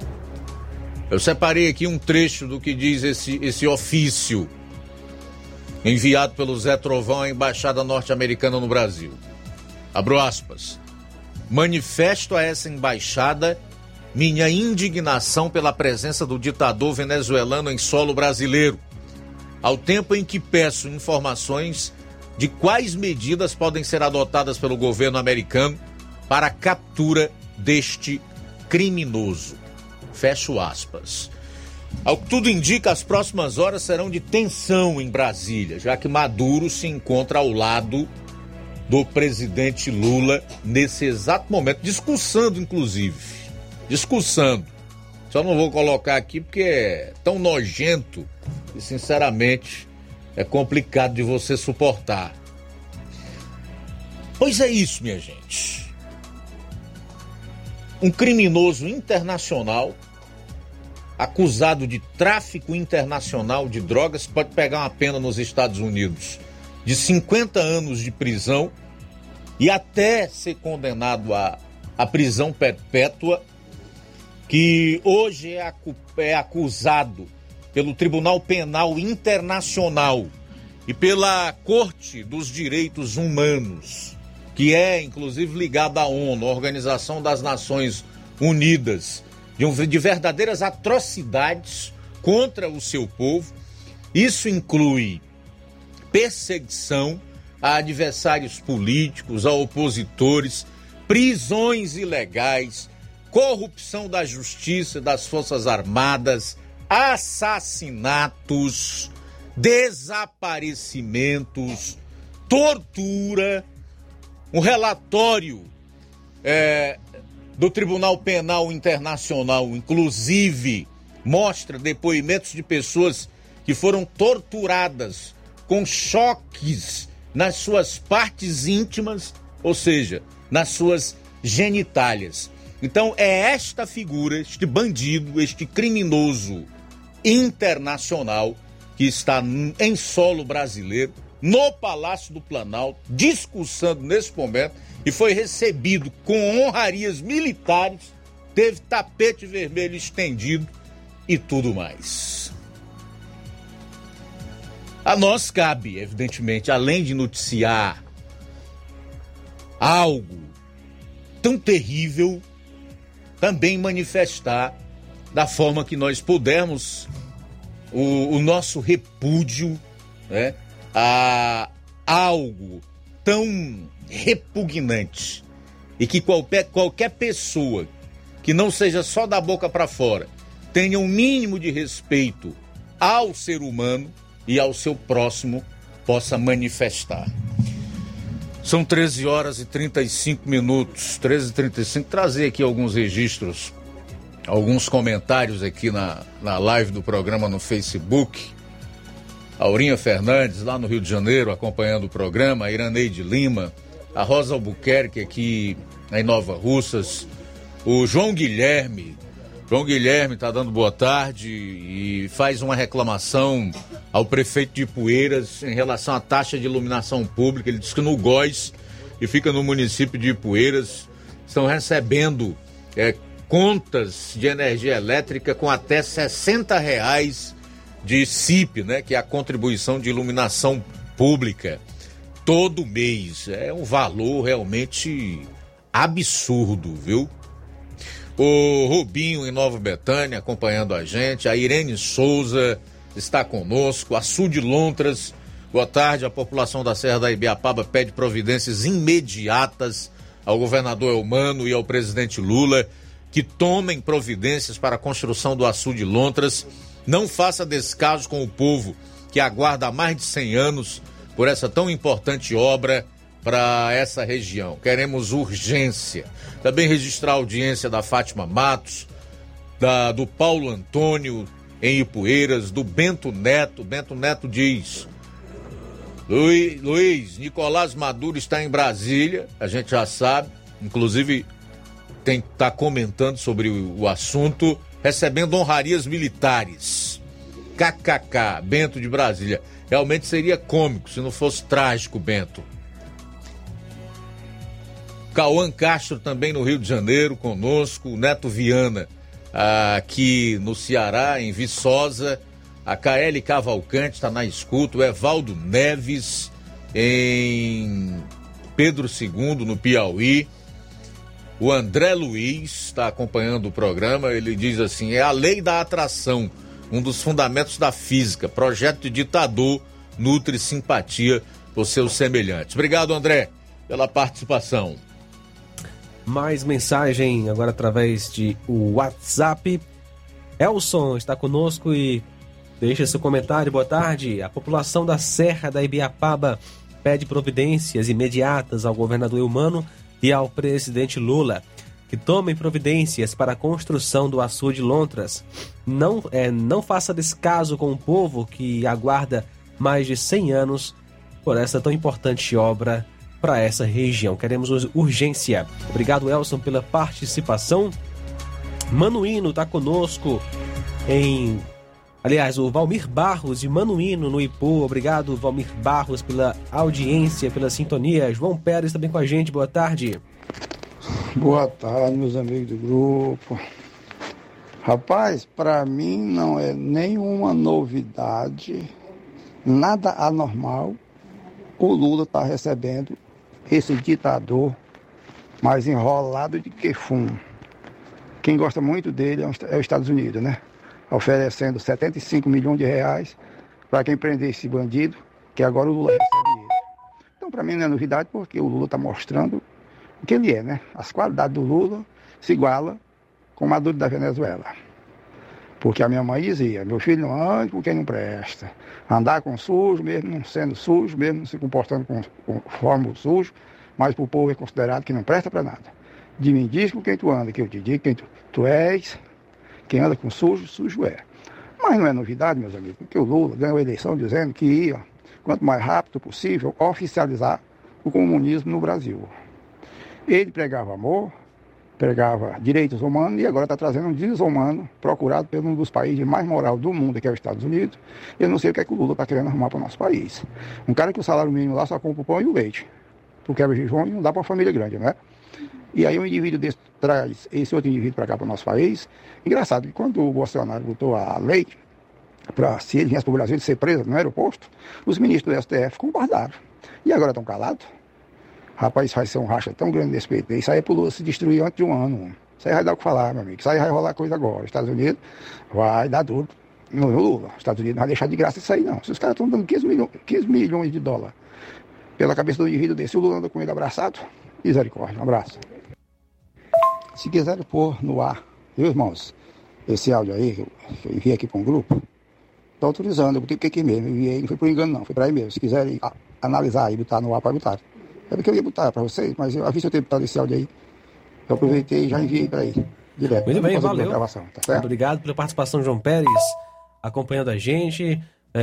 Eu separei aqui um trecho do que diz esse ofício. enviado pelo Zé Trovão à Embaixada Norte-Americana no Brasil. Abro aspas. Manifesto a essa embaixada minha indignação pela presença do ditador venezuelano em solo brasileiro, ao tempo em que peço informações de quais medidas podem ser adotadas pelo governo americano para a captura deste criminoso. Fecho aspas. Ao que tudo indica, as próximas horas serão de tensão em Brasília, já que Maduro se encontra ao lado do presidente Lula nesse exato momento, discursando, inclusive. Discursando. Só não vou colocar aqui porque é tão nojento e, sinceramente, é complicado de você suportar. Pois é isso, minha gente. Um criminoso internacional acusado de tráfico internacional de drogas pode pegar uma pena nos Estados Unidos de 50 anos de prisão e até ser condenado à prisão perpétua, que hoje é acusado pelo Tribunal Penal Internacional e pela Corte dos Direitos Humanos, que é inclusive ligada à ONU, a Organização das Nações Unidas, de verdadeiras atrocidades contra o seu povo. Isso inclui perseguição a adversários políticos, a opositores, prisões ilegais, corrupção da justiça e das Forças Armadas, assassinatos, desaparecimentos, tortura. Um relatório do Tribunal Penal Internacional, inclusive, mostra depoimentos de pessoas que foram torturadas com choques nas suas partes íntimas, ou seja, nas suas genitálias. Então é esta figura, este bandido, este criminoso internacional que está em solo brasileiro, no Palácio do Planalto, discursando nesse momento, e foi recebido com honrarias militares, teve tapete vermelho estendido e tudo mais. A nós cabe, evidentemente, além de noticiar algo tão terrível, também manifestar da forma que nós pudermos o nosso repúdio, né, a algo tão repugnante e que qualquer pessoa que não seja só da boca para fora tenha um mínimo de respeito ao ser humano e ao seu próximo possa manifestar. São 13 horas e 35 minutos, 13h35, trazer aqui alguns registros, alguns comentários aqui na live do programa no Facebook. Aurinha Fernandes, lá no Rio de Janeiro, acompanhando o programa, a Iraneide Lima, a Rosa Albuquerque aqui em Nova Russas, o João Guilherme está dando boa tarde e faz uma reclamação ao prefeito de Ipueiras em relação à taxa de iluminação pública. Ele diz que no Góis, e fica no município de Ipueiras, estão recebendo contas de energia elétrica com até R$60 de CIP, né, que é a contribuição de iluminação pública, todo mês. É um valor realmente absurdo, viu? O Rubinho em Nova Betânia acompanhando a gente, a Irene Souza está conosco, a Sul de Lontras, boa tarde. A população da Serra da Ibiapaba pede providências imediatas ao governador Eumano e ao presidente Lula que tomem providências para a construção do Açude de Lontras. Não faça descaso com o povo que aguarda há mais de 100 anos por essa tão importante obra para essa região. Queremos urgência. Também registrar a audiência da Fátima Matos, do Paulo Antônio em Ipueiras, do Bento Neto. Bento Neto diz: Luiz, Nicolás Maduro está em Brasília, a gente já sabe, inclusive está comentando sobre o assunto, recebendo honrarias militares. KKK, Bento de Brasília. Realmente seria cômico se não fosse trágico, Bento. Cauã Castro também no Rio de Janeiro conosco, Neto Viana aqui no Ceará, em Viçosa, A KL Cavalcante está na escuta. O Evaldo Neves, em Pedro II, no Piauí. O André Luiz está acompanhando o programa. Ele diz assim: é a lei da atração, um dos fundamentos da física. Projeto de ditador nutre simpatia por seus semelhantes. Obrigado, André, pela participação. Mais mensagem agora através de WhatsApp. Elson está conosco e deixa seu comentário. Boa tarde. A população da Serra da Ibiapaba pede providências imediatas ao governador Eumano e ao presidente Lula, que tomem providências para a construção do açude Lontras. Não faça descaso com o povo que aguarda mais de 100 anos por essa tão importante obra para essa região. Queremos urgência. Obrigado, Elson, pela participação. Manuíno está conosco Aliás, o Valmir Barros de Manuíno, no Ipu. Obrigado, Valmir Barros, pela audiência, pela sintonia. João Pérez também com a gente. Boa tarde. Boa tarde, meus amigos do grupo. Rapaz, para mim não é nenhuma novidade, nada anormal. O Lula está recebendo esse ditador mais enrolado de que fumo. Quem gosta muito dele é os Estados Unidos, né? Oferecendo 75 milhões de reais para quem prender esse bandido, que agora o Lula recebe ele. Então, para mim não é novidade, porque o Lula está mostrando o que ele é, né? As qualidades do Lula se igualam com o Maduro da Venezuela. Porque a minha mãe dizia: meu filho não ande com quem não presta. Andar com sujo, mesmo não sendo sujo, mesmo não se comportando conforme o sujo, mas para o povo é considerado que não presta para nada. De mim diz com quem tu anda, que eu te digo quem tu és. Quem anda com sujo, sujo é. Mas não é novidade, meus amigos, porque o Lula ganhou a eleição dizendo que ia, quanto mais rápido possível, oficializar o comunismo no Brasil. Ele pregava amor, pregava direitos humanos e agora está trazendo um desumano procurado por um dos países mais moral do mundo, que é os Estados Unidos. Eu não sei o que é que o Lula está querendo arrumar para o nosso país. Um cara que o salário mínimo lá só compra o pão e o leite, porque é jejum e não dá para uma família grande, né? E aí um indivíduo desse traz esse outro indivíduo para cá, para o nosso país. Engraçado que quando o Bolsonaro botou a lei para, se ele viesse para o Brasil, de ser preso no aeroporto, os ministros do STF concordaram. E agora estão calados? Rapaz, isso vai ser um racha tão grande nesse peito. Isso aí é para o Lula se destruir antes de um ano. Isso aí vai dar o que falar, meu amigo. Isso aí vai rolar coisa agora. Os Estados Unidos vai dar duro no Lula. Os Estados Unidos não vai deixar de graça isso aí, não. Se os caras estão dando 15 milhões de dólares pela cabeça do indivíduo desse, o Lula anda com ele abraçado, misericórdia. Um abraço. Se quiserem pôr no ar, viu, irmãos, esse áudio aí, que eu enviei aqui para um grupo, estou autorizando, eu botei o que mesmo, eu enviei, não foi por engano não, foi para aí mesmo. Se quiserem analisar e botar no ar, para botar. É porque eu ia botar para vocês, mas eu aviso eu ter botado esse áudio aí, eu aproveitei e já enviei para aí, direto. Muito bem, valeu. Gravação, tá certo? Obrigado pela participação, João Pérez, acompanhando a gente,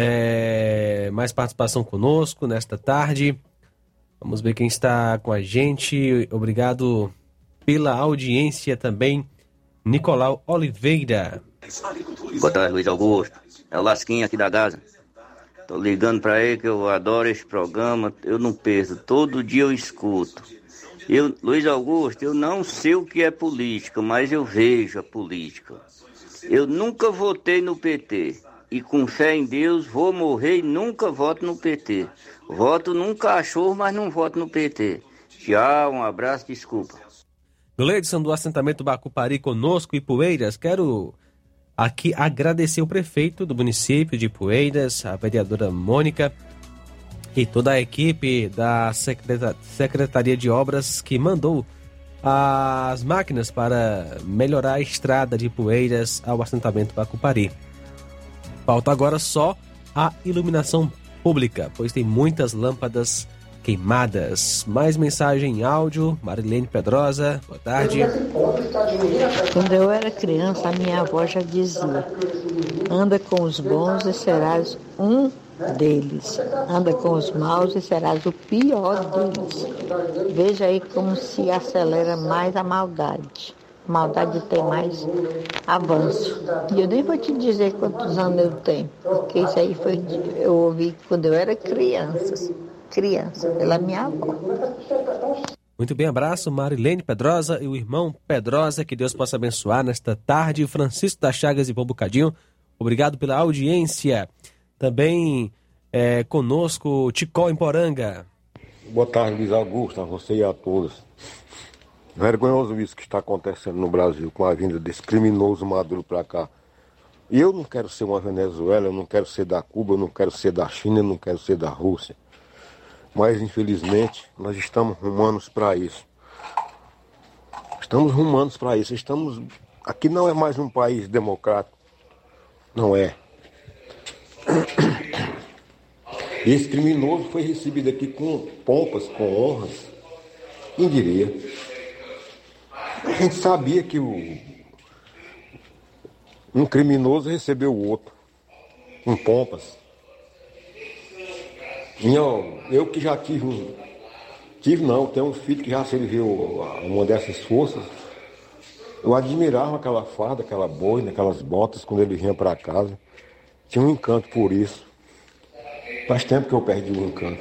mais participação conosco nesta tarde. Vamos ver quem está com a gente. Obrigado pela audiência também, Nicolau Oliveira. Boa tarde, Luiz Augusto. É o Lasquinha aqui da Gaza. Tô ligando para ele que eu adoro esse programa, eu não perco, todo dia eu escuto. Luiz Augusto, eu não sei o que é política, mas eu vejo a política. Eu nunca votei no PT e com fé em Deus vou morrer e nunca voto no PT. Voto num cachorro, mas não voto no PT. Tchau, um abraço, desculpa. Gleidson do assentamento Bacupari conosco, Ipueiras. Quero aqui agradecer o prefeito do município de Ipueiras, a vereadora Mônica e toda a equipe da Secretaria de Obras que mandou as máquinas para melhorar a estrada de Ipueiras ao assentamento Bacupari. Falta agora só a iluminação pública, pois tem muitas lâmpadas queimadas. Mais mensagem em áudio, Marilene Pedrosa, boa tarde. Quando eu era criança, a minha avó já dizia: anda com os bons e serás um deles, anda com os maus e serás o pior deles. Veja aí como se acelera mais a maldade. A maldade tem mais avanço. E eu nem vou te dizer quantos anos eu tenho, porque isso aí eu ouvi quando eu era criança, pela minha avó. Muito bem, abraço, Marilene Pedrosa e o irmão Pedrosa, que Deus possa abençoar nesta tarde. Francisco das Chagas e Bom Bocadinho, Obrigado pela audiência. Também conosco, Ticol em Poranga. Boa tarde, Luiz Augusto, a você e a todos. Vergonhoso isso que está acontecendo no Brasil, com a vinda desse criminoso Maduro para cá. E eu não quero ser uma Venezuela, eu não quero ser da Cuba, eu não quero ser da China, eu não quero ser da Rússia. Mas, infelizmente, nós estamos rumando para isso. Estamos rumando para isso. Aqui não é mais um país democrático. Não é. Esse criminoso foi recebido aqui com pompas, com honras. Quem diria? A gente sabia que um criminoso recebeu o outro com pompas. Eu que já tenho um filho que já serviu a uma dessas forças. Eu admirava aquela farda, aquela boina, aquelas botas quando ele vinha para casa. Tinha um encanto por isso. Faz tempo que eu perdi o encanto.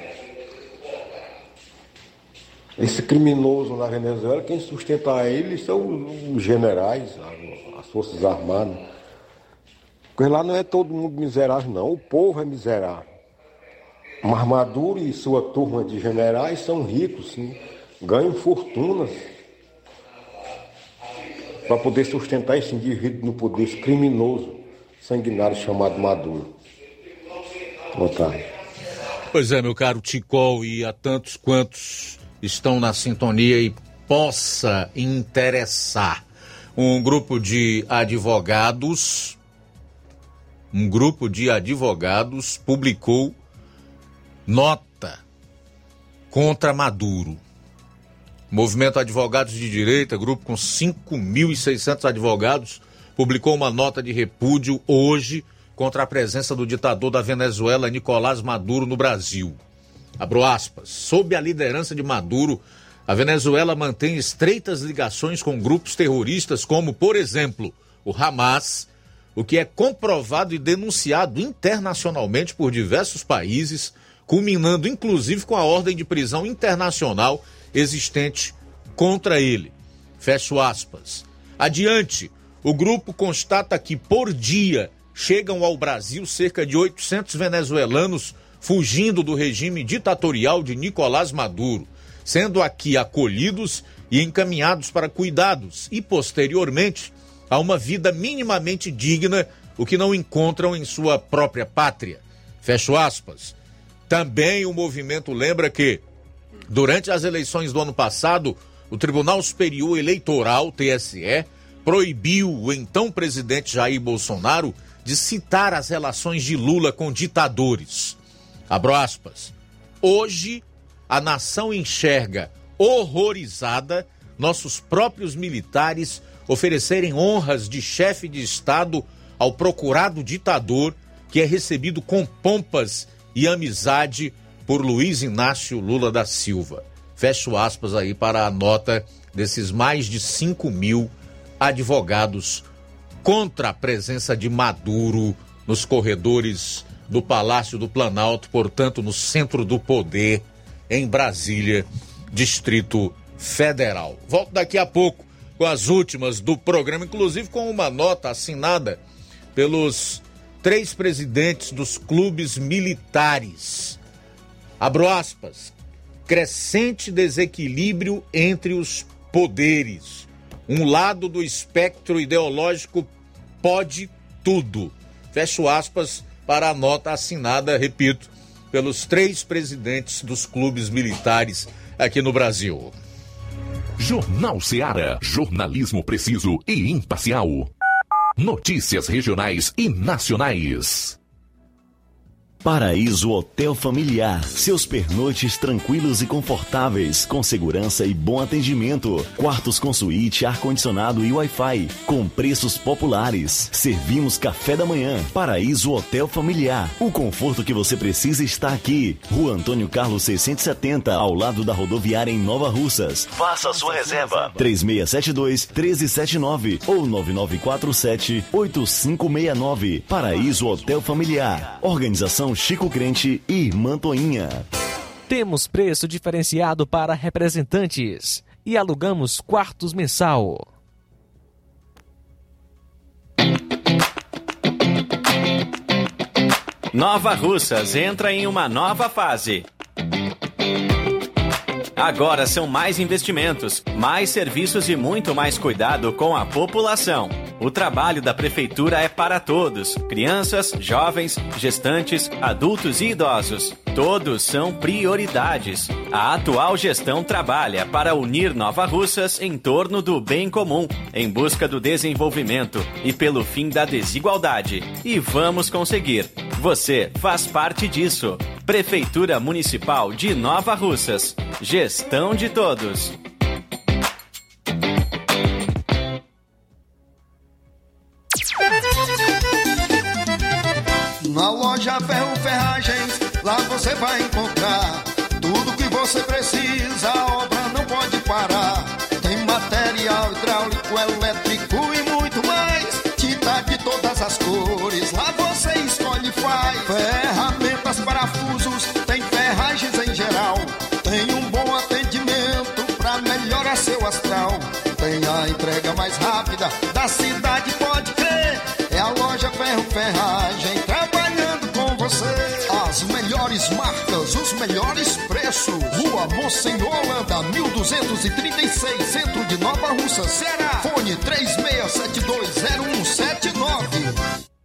Esse criminoso na Venezuela, quem sustenta ele são os generais, as forças armadas. Porque lá não é todo mundo miserável, não. O povo é miserável. Mas Maduro e sua turma de generais são ricos, sim. Ganham fortunas para poder sustentar esse indivíduo no poder, esse criminoso sanguinário chamado Maduro. Boa tarde. Pois é, meu caro Ticol, e a tantos quantos estão na sintonia e possa interessar. Um grupo de advogados publicou nota contra Maduro. Movimento Advogados de Direita, grupo com 5.600 advogados, publicou uma nota de repúdio hoje contra a presença do ditador da Venezuela, Nicolás Maduro, no Brasil. Abro aspas. Sob a liderança de Maduro, a Venezuela mantém estreitas ligações com grupos terroristas como, por exemplo, o Hamas, o que é comprovado e denunciado internacionalmente por diversos países, culminando inclusive com a ordem de prisão internacional existente contra ele. Fecho aspas. Adiante, o grupo constata que por dia chegam ao Brasil cerca de 800 venezuelanos fugindo do regime ditatorial de Nicolás Maduro, sendo aqui acolhidos e encaminhados para cuidados e, posteriormente, a uma vida minimamente digna, o que não encontram em sua própria pátria. Fecho aspas. Também o movimento lembra que, durante as eleições do ano passado, o Tribunal Superior Eleitoral, TSE, proibiu o então presidente Jair Bolsonaro de citar as relações de Lula com ditadores. Abro aspas. Hoje, a nação enxerga horrorizada nossos próprios militares oferecerem honras de chefe de Estado ao procurado ditador que é recebido com pompas e amizade por Luiz Inácio Lula da Silva. Fecho aspas aí para a nota desses mais de 5.000 advogados contra a presença de Maduro nos corredores do Palácio do Planalto, portanto, no centro do poder, em Brasília, Distrito Federal. Volto daqui a pouco com as últimas do programa, inclusive com uma nota assinada pelos 3 presidentes dos clubes militares. Abro aspas. Crescente desequilíbrio entre os poderes. Um lado do espectro ideológico pode tudo. Fecho aspas para a nota assinada, repito, pelos 3 presidentes dos clubes militares aqui no Brasil. Jornal Ceará, jornalismo preciso e imparcial. Notícias regionais e nacionais. Paraíso Hotel Familiar. Seus pernoites tranquilos e confortáveis, com segurança e bom atendimento. Quartos com suíte, ar-condicionado e Wi-Fi, com preços populares. Servimos café da manhã. Paraíso Hotel Familiar. O conforto que você precisa está aqui. Rua Antônio Carlos 670, ao lado da rodoviária em Nova Russas. Faça a sua reserva. 3672-1379 ou 9947-8569. Paraíso Hotel Familiar. Organização Chico Crente e Mantoinha. Temos preço diferenciado para representantes e alugamos quartos mensal. Nova Russas entra em uma nova fase. Agora são mais investimentos, mais serviços e muito mais cuidado com a população. O trabalho da Prefeitura é para todos: crianças, jovens, gestantes, adultos e idosos. Todos são prioridades. A atual gestão trabalha para unir Nova Russas em torno do bem comum, em busca do desenvolvimento e pelo fim da desigualdade. E vamos conseguir. Você faz parte disso. Prefeitura Municipal de Nova Russas. Gestão de todos. Na loja Ferro Ferragens, lá você vai encontrar tudo que você precisa, a obra não pode parar. Tem material hidráulico, elétrico e muito mais. Tinta de todas as cores, lá você escolhe e faz. Ferramentas, parafusos, tem ferragens em geral. Tem um bom atendimento pra melhorar seu astral. Tem a entrega mais rápida da cidade, pode crer. É a loja Ferro Ferragem trabalhando com você. As melhores marcas, os melhores preços. Rua Monsenhor Holanda, 1236, centro de Nova Russa, Ceará. Fone 36720179.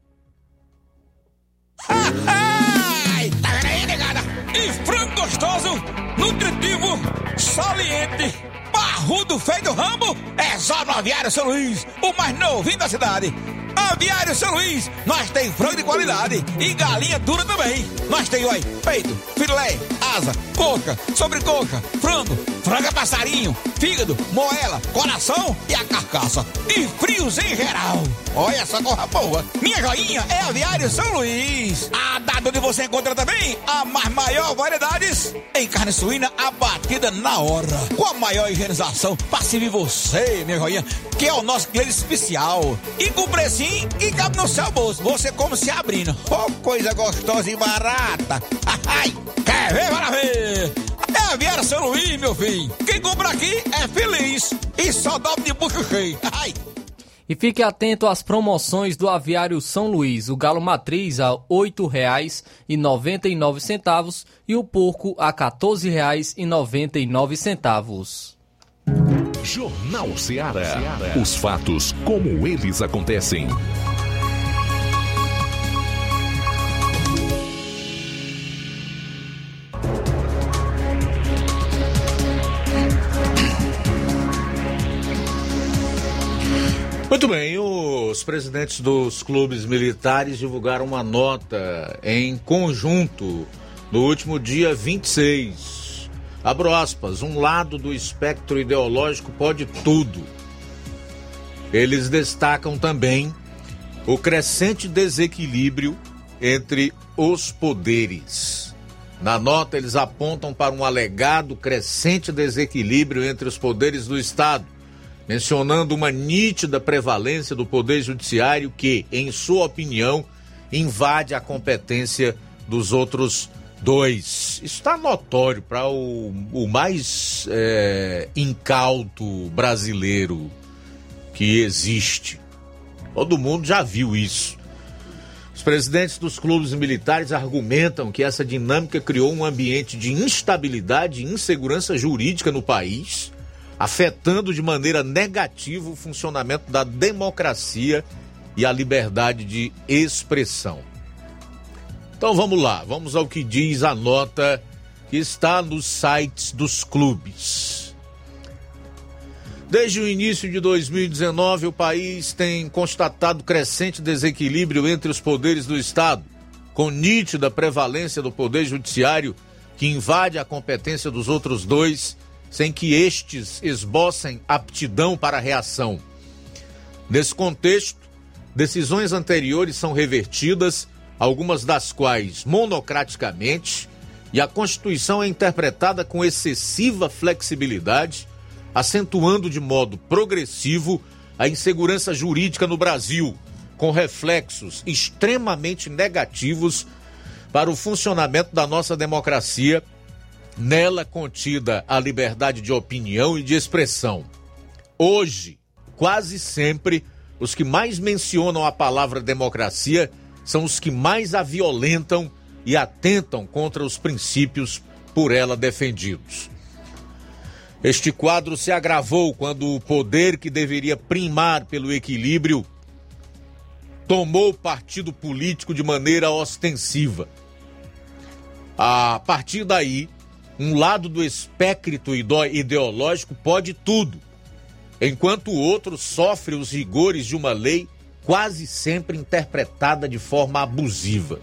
Ai, tá vendo aí, negada? E frango gostoso, nutritivo, saliente, barrudo, feio do ramo, é só no Aviário São Luís, o mais novinho da cidade. Aviário São Luís, nós tem frango de qualidade e galinha dura também. Nós tem, olha, peito, filé, asa, coxa, sobrecoxa, frango, franga passarinho, fígado, moela, coração e a carcaça. E frios em geral. Olha essa corra boa. Minha joinha é Aviário São Luís. A data onde você encontra também a maior variedades em carne suína abatida na hora. Com a maior higienização para servir você, minha joinha, que é o nosso cliente especial. E com precinho e cabe no seu bolso. Você como se abrindo. Oh, coisa gostosa e barata. Ai, quer ver? Para ver. É Aviário São Luís, meu filho. Quem compra aqui é feliz. E só dobra de bucho cheio. Ai. E fique atento às promoções do Aviário São Luís. O galo matriz a R$ 8,99 e o porco a R$ 14,99. Jornal Ceará. Os fatos como eles acontecem. Muito bem, os presidentes dos clubes militares divulgaram uma nota em conjunto no último dia 26. Abro aspas, um lado do espectro ideológico pode tudo. Eles destacam também o crescente desequilíbrio entre os poderes. Na nota, eles apontam para um alegado crescente desequilíbrio entre os poderes do Estado, mencionando uma nítida prevalência do Poder Judiciário que, em sua opinião, invade a competência dos outros dois. Isso está notório para o mais incauto brasileiro que existe. Todo mundo já viu isso. Os presidentes dos clubes militares argumentam que essa dinâmica criou um ambiente de instabilidade e insegurança jurídica no país, afetando de maneira negativa o funcionamento da democracia e a liberdade de expressão. Então vamos lá, vamos ao que diz a nota que está nos sites dos clubes. Desde o início de 2019, o país tem constatado crescente desequilíbrio entre os poderes do Estado, com nítida prevalência do Poder Judiciário, que invade a competência dos outros dois, sem que estes esbocem aptidão para a reação. Nesse contexto, decisões anteriores são revertidas, algumas das quais monocraticamente, e a Constituição é interpretada com excessiva flexibilidade, acentuando de modo progressivo a insegurança jurídica no Brasil, com reflexos extremamente negativos para o funcionamento da nossa democracia, nela contida a liberdade de opinião e de expressão. Hoje, quase sempre, os que mais mencionam a palavra democracia são os que mais a violentam e atentam contra os princípios por ela defendidos. Este quadro se agravou quando o poder que deveria primar pelo equilíbrio tomou partido político de maneira ostensiva. A partir daí, um lado do espectro ideológico pode tudo, enquanto o outro sofre os rigores de uma lei quase sempre interpretada de forma abusiva.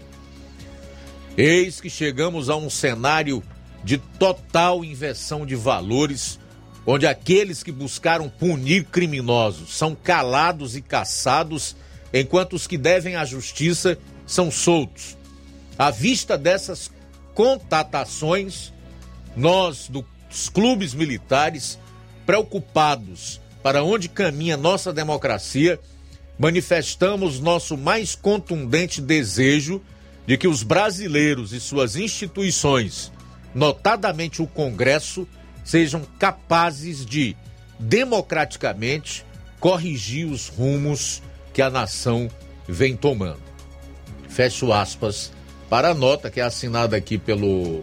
Eis que chegamos a um cenário de total inversão de valores, onde aqueles que buscaram punir criminosos são calados e caçados, enquanto os que devem à justiça são soltos. À vista dessas contatações, nós, dos clubes militares, preocupados para onde caminha nossa democracia, manifestamos nosso mais contundente desejo de que os brasileiros e suas instituições, notadamente o Congresso, sejam capazes de, democraticamente, corrigir os rumos que a nação vem tomando. Fecho aspas para a nota que é assinada aqui pelo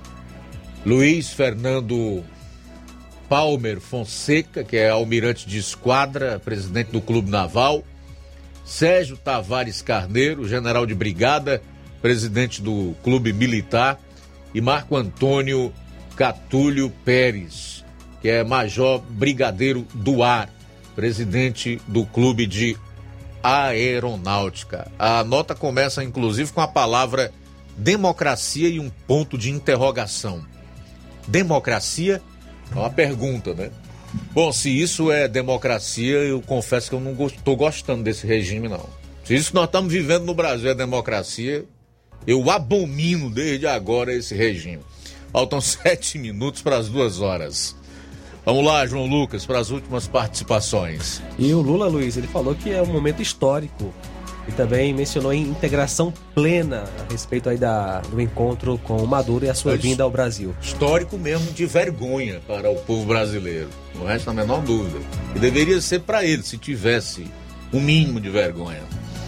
Luiz Fernando Palmer Fonseca, que é almirante de esquadra, presidente do Clube Naval, Sérgio Tavares Carneiro, general de brigada, presidente do Clube Militar, e Marco Antônio Catúlio Pérez, que é major brigadeiro do ar, presidente do Clube de Aeronáutica. A nota começa, inclusive, com a palavra democracia e um ponto de interrogação. Democracia é uma pergunta, né? Bom, se isso é democracia, eu confesso que eu não estou gostando desse regime, não. Se isso que nós estamos vivendo no Brasil é democracia, eu abomino desde agora esse regime. Faltam 7 minutos para as 2 horas. Vamos lá, João Lucas, para as últimas participações. E o Lula, Luiz, ele falou que é um momento histórico e também mencionou em integração plena a respeito aí do encontro com o Maduro e a sua vinda ao Brasil. Histórico mesmo, de vergonha para o povo brasileiro, não resta a menor dúvida. E deveria ser para ele, se tivesse um mínimo de vergonha.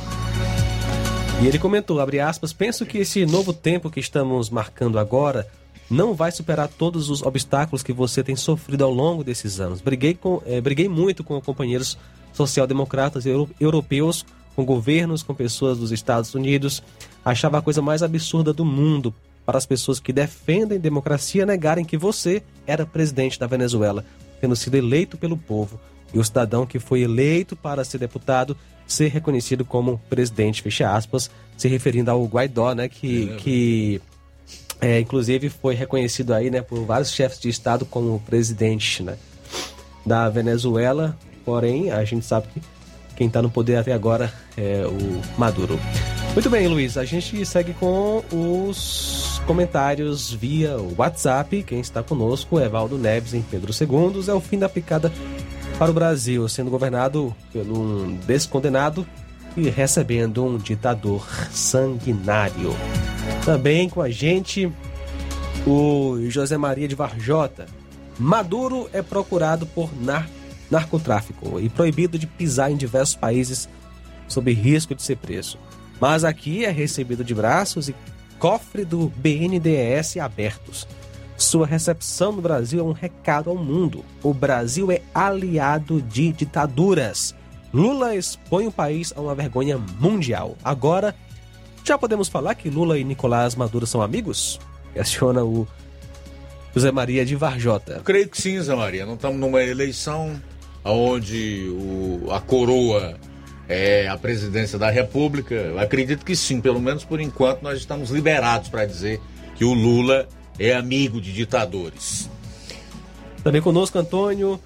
E ele comentou, abre aspas, penso que esse novo tempo que estamos marcando agora não vai superar todos os obstáculos que você tem sofrido ao longo desses anos. Briguei muito com companheiros social-democratas europeus, com governos, com pessoas dos Estados Unidos. Achava a coisa mais absurda do mundo para as pessoas que defendem democracia negarem que você era presidente da Venezuela, tendo sido eleito pelo povo, e o cidadão que foi eleito para ser deputado ser reconhecido como presidente, fecha aspas, se referindo ao Guaidó, né, que inclusive foi reconhecido aí, né, por vários chefes de Estado como presidente, né, da Venezuela. Porém, a gente sabe que quem está no poder até agora é o Maduro. Muito bem, Luiz, a gente segue com os comentários via WhatsApp. Quem está conosco é Evaldo Neves, em Pedro II. É o fim da picada para o Brasil, sendo governado por um descondenado e recebendo um ditador sanguinário. Também com a gente o José Maria de Varjota. Maduro é procurado por narcotráfico e proibido de pisar em diversos países sob risco de ser preso. Mas aqui é recebido de braços e cofre do BNDES abertos. Sua recepção no Brasil é um recado ao mundo. O Brasil é aliado de ditaduras. Lula expõe o país a uma vergonha mundial. Agora, já podemos falar que Lula e Nicolás Maduro são amigos? Questiona o José Maria de Varjota. Eu creio que sim, Zé Maria. Não estamos numa eleição onde a coroa é a presidência da República. Eu acredito que sim, pelo menos por enquanto nós estamos liberados para dizer que o Lula é amigo de ditadores. Também conosco Antônio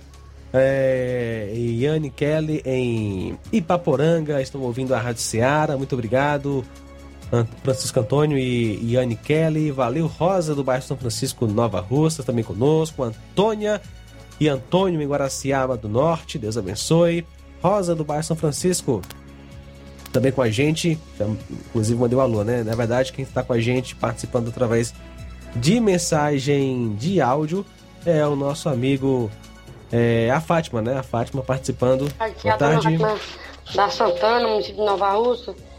e Yane Kelly em Ipaporanga, estão ouvindo a Rádio Ceará, muito obrigado Francisco Antônio e Yane Kelly. Valeu. Rosa do bairro São Francisco, Nova Russa, também conosco. Antônia e Antônio em Guaraciaba do Norte, Deus abençoe. Rosa do bairro São Francisco também com a gente, inclusive mandei um alô, né? Na verdade, quem está com a gente participando através de mensagem de áudio é o nosso amigo a Fátima, né? A Fátima participando. Aqui boa tarde. Da Santana, município de Nova Russa.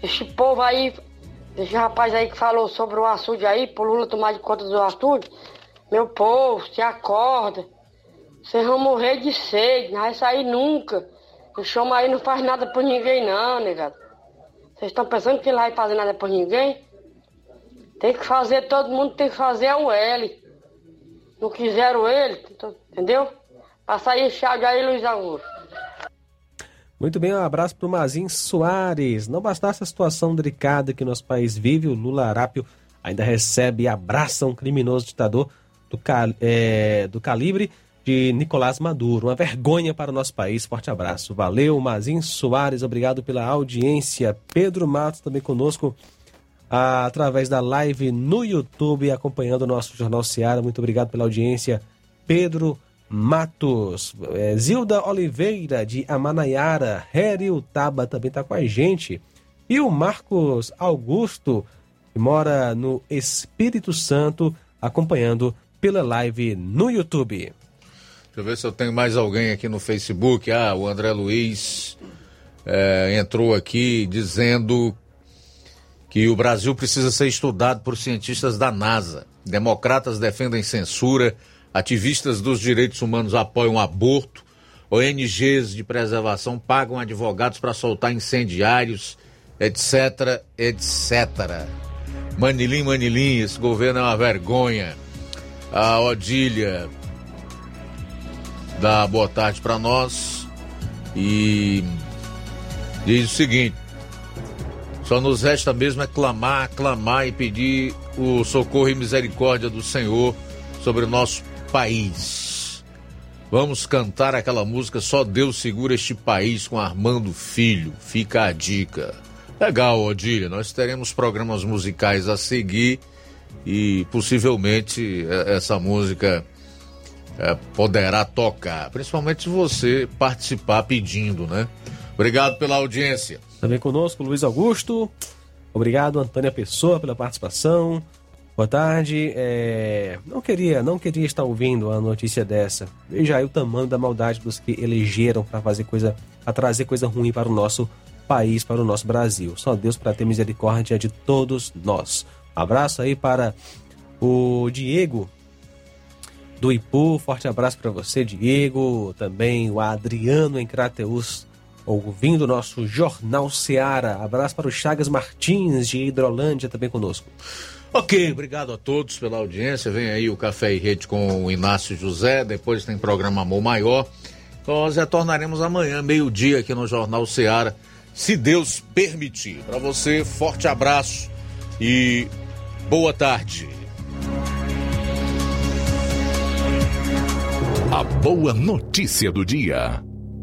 Esse povo aí, esse rapaz aí que falou sobre o açude aí, pro Lula tomar de conta do açude, meu povo, se acorda. Vocês vão morrer de sede, não vai sair nunca. O chão aí não faz nada por ninguém não, negado. Vocês estão pensando que ele vai fazer nada por ninguém? Tem que fazer, todo mundo tem que fazer o L. Não quiseram ele, entendeu? Passa aí, tchau de aí, Luiz Augusto. Muito bem, um abraço para o Mazin Soares. Não bastasse a situação delicada que nosso país vive, o Lula Arápio ainda recebe e abraça um criminoso ditador do calibre de Nicolás Maduro. Uma vergonha para o nosso país. Forte abraço. Valeu, Mazin Soares. Obrigado pela audiência. Pedro Matos também conosco através da live no YouTube, acompanhando o nosso Jornal Seara. Muito obrigado pela audiência, Pedro Matos. Zilda Oliveira, de Amanaiara, Heriutaba, também está com a gente. E o Marcos Augusto, que mora no Espírito Santo, acompanhando pela live no YouTube. Deixa eu ver se eu tenho mais alguém aqui no Facebook. O André Luiz entrou aqui dizendo que o Brasil precisa ser estudado por cientistas da NASA. Democratas defendem censura, ativistas dos direitos humanos apoiam aborto, ONGs de preservação pagam advogados para soltar incendiários, etc, etc. Manilim, esse governo é uma vergonha. A Odília dá boa tarde para nós e diz o seguinte: só nos resta mesmo é clamar e pedir o socorro e misericórdia do Senhor sobre o nosso país. Vamos cantar aquela música Só Deus Segura Este País com Armando Filho. Fica a dica. Legal, Odília, nós teremos programas musicais a seguir e possivelmente essa música poderá tocar, principalmente se você participar pedindo, né? Obrigado pela audiência. Também conosco, Luiz Augusto. Obrigado, Antônia Pessoa, pela participação. Boa tarde. Não queria estar ouvindo a notícia dessa. Veja aí o tamanho da maldade dos que elegeram para trazer coisa ruim para o nosso país, para o nosso Brasil. Só Deus para ter misericórdia de todos nós. Abraço aí para o Diego do Ipu. Forte abraço para você, Diego. Também o Adriano em Crateús, ouvindo o nosso Jornal Seara. Abraço para o Chagas Martins de Hidrolândia, também conosco. Ok, obrigado a todos pela audiência. Vem aí o Café e Rede com o Inácio José, depois tem programa Amor Maior. Nós retornaremos amanhã, meio-dia, aqui no Jornal Seara, se Deus permitir. Para você, forte abraço e boa tarde. A boa notícia do dia.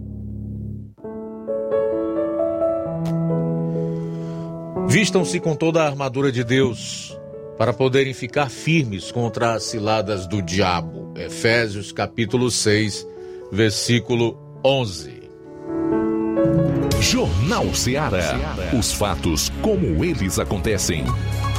Vistam-se com toda a armadura de Deus para poderem ficar firmes contra as ciladas do diabo. Efésios capítulo 6, versículo 11. Jornal Seara. Os fatos como eles acontecem.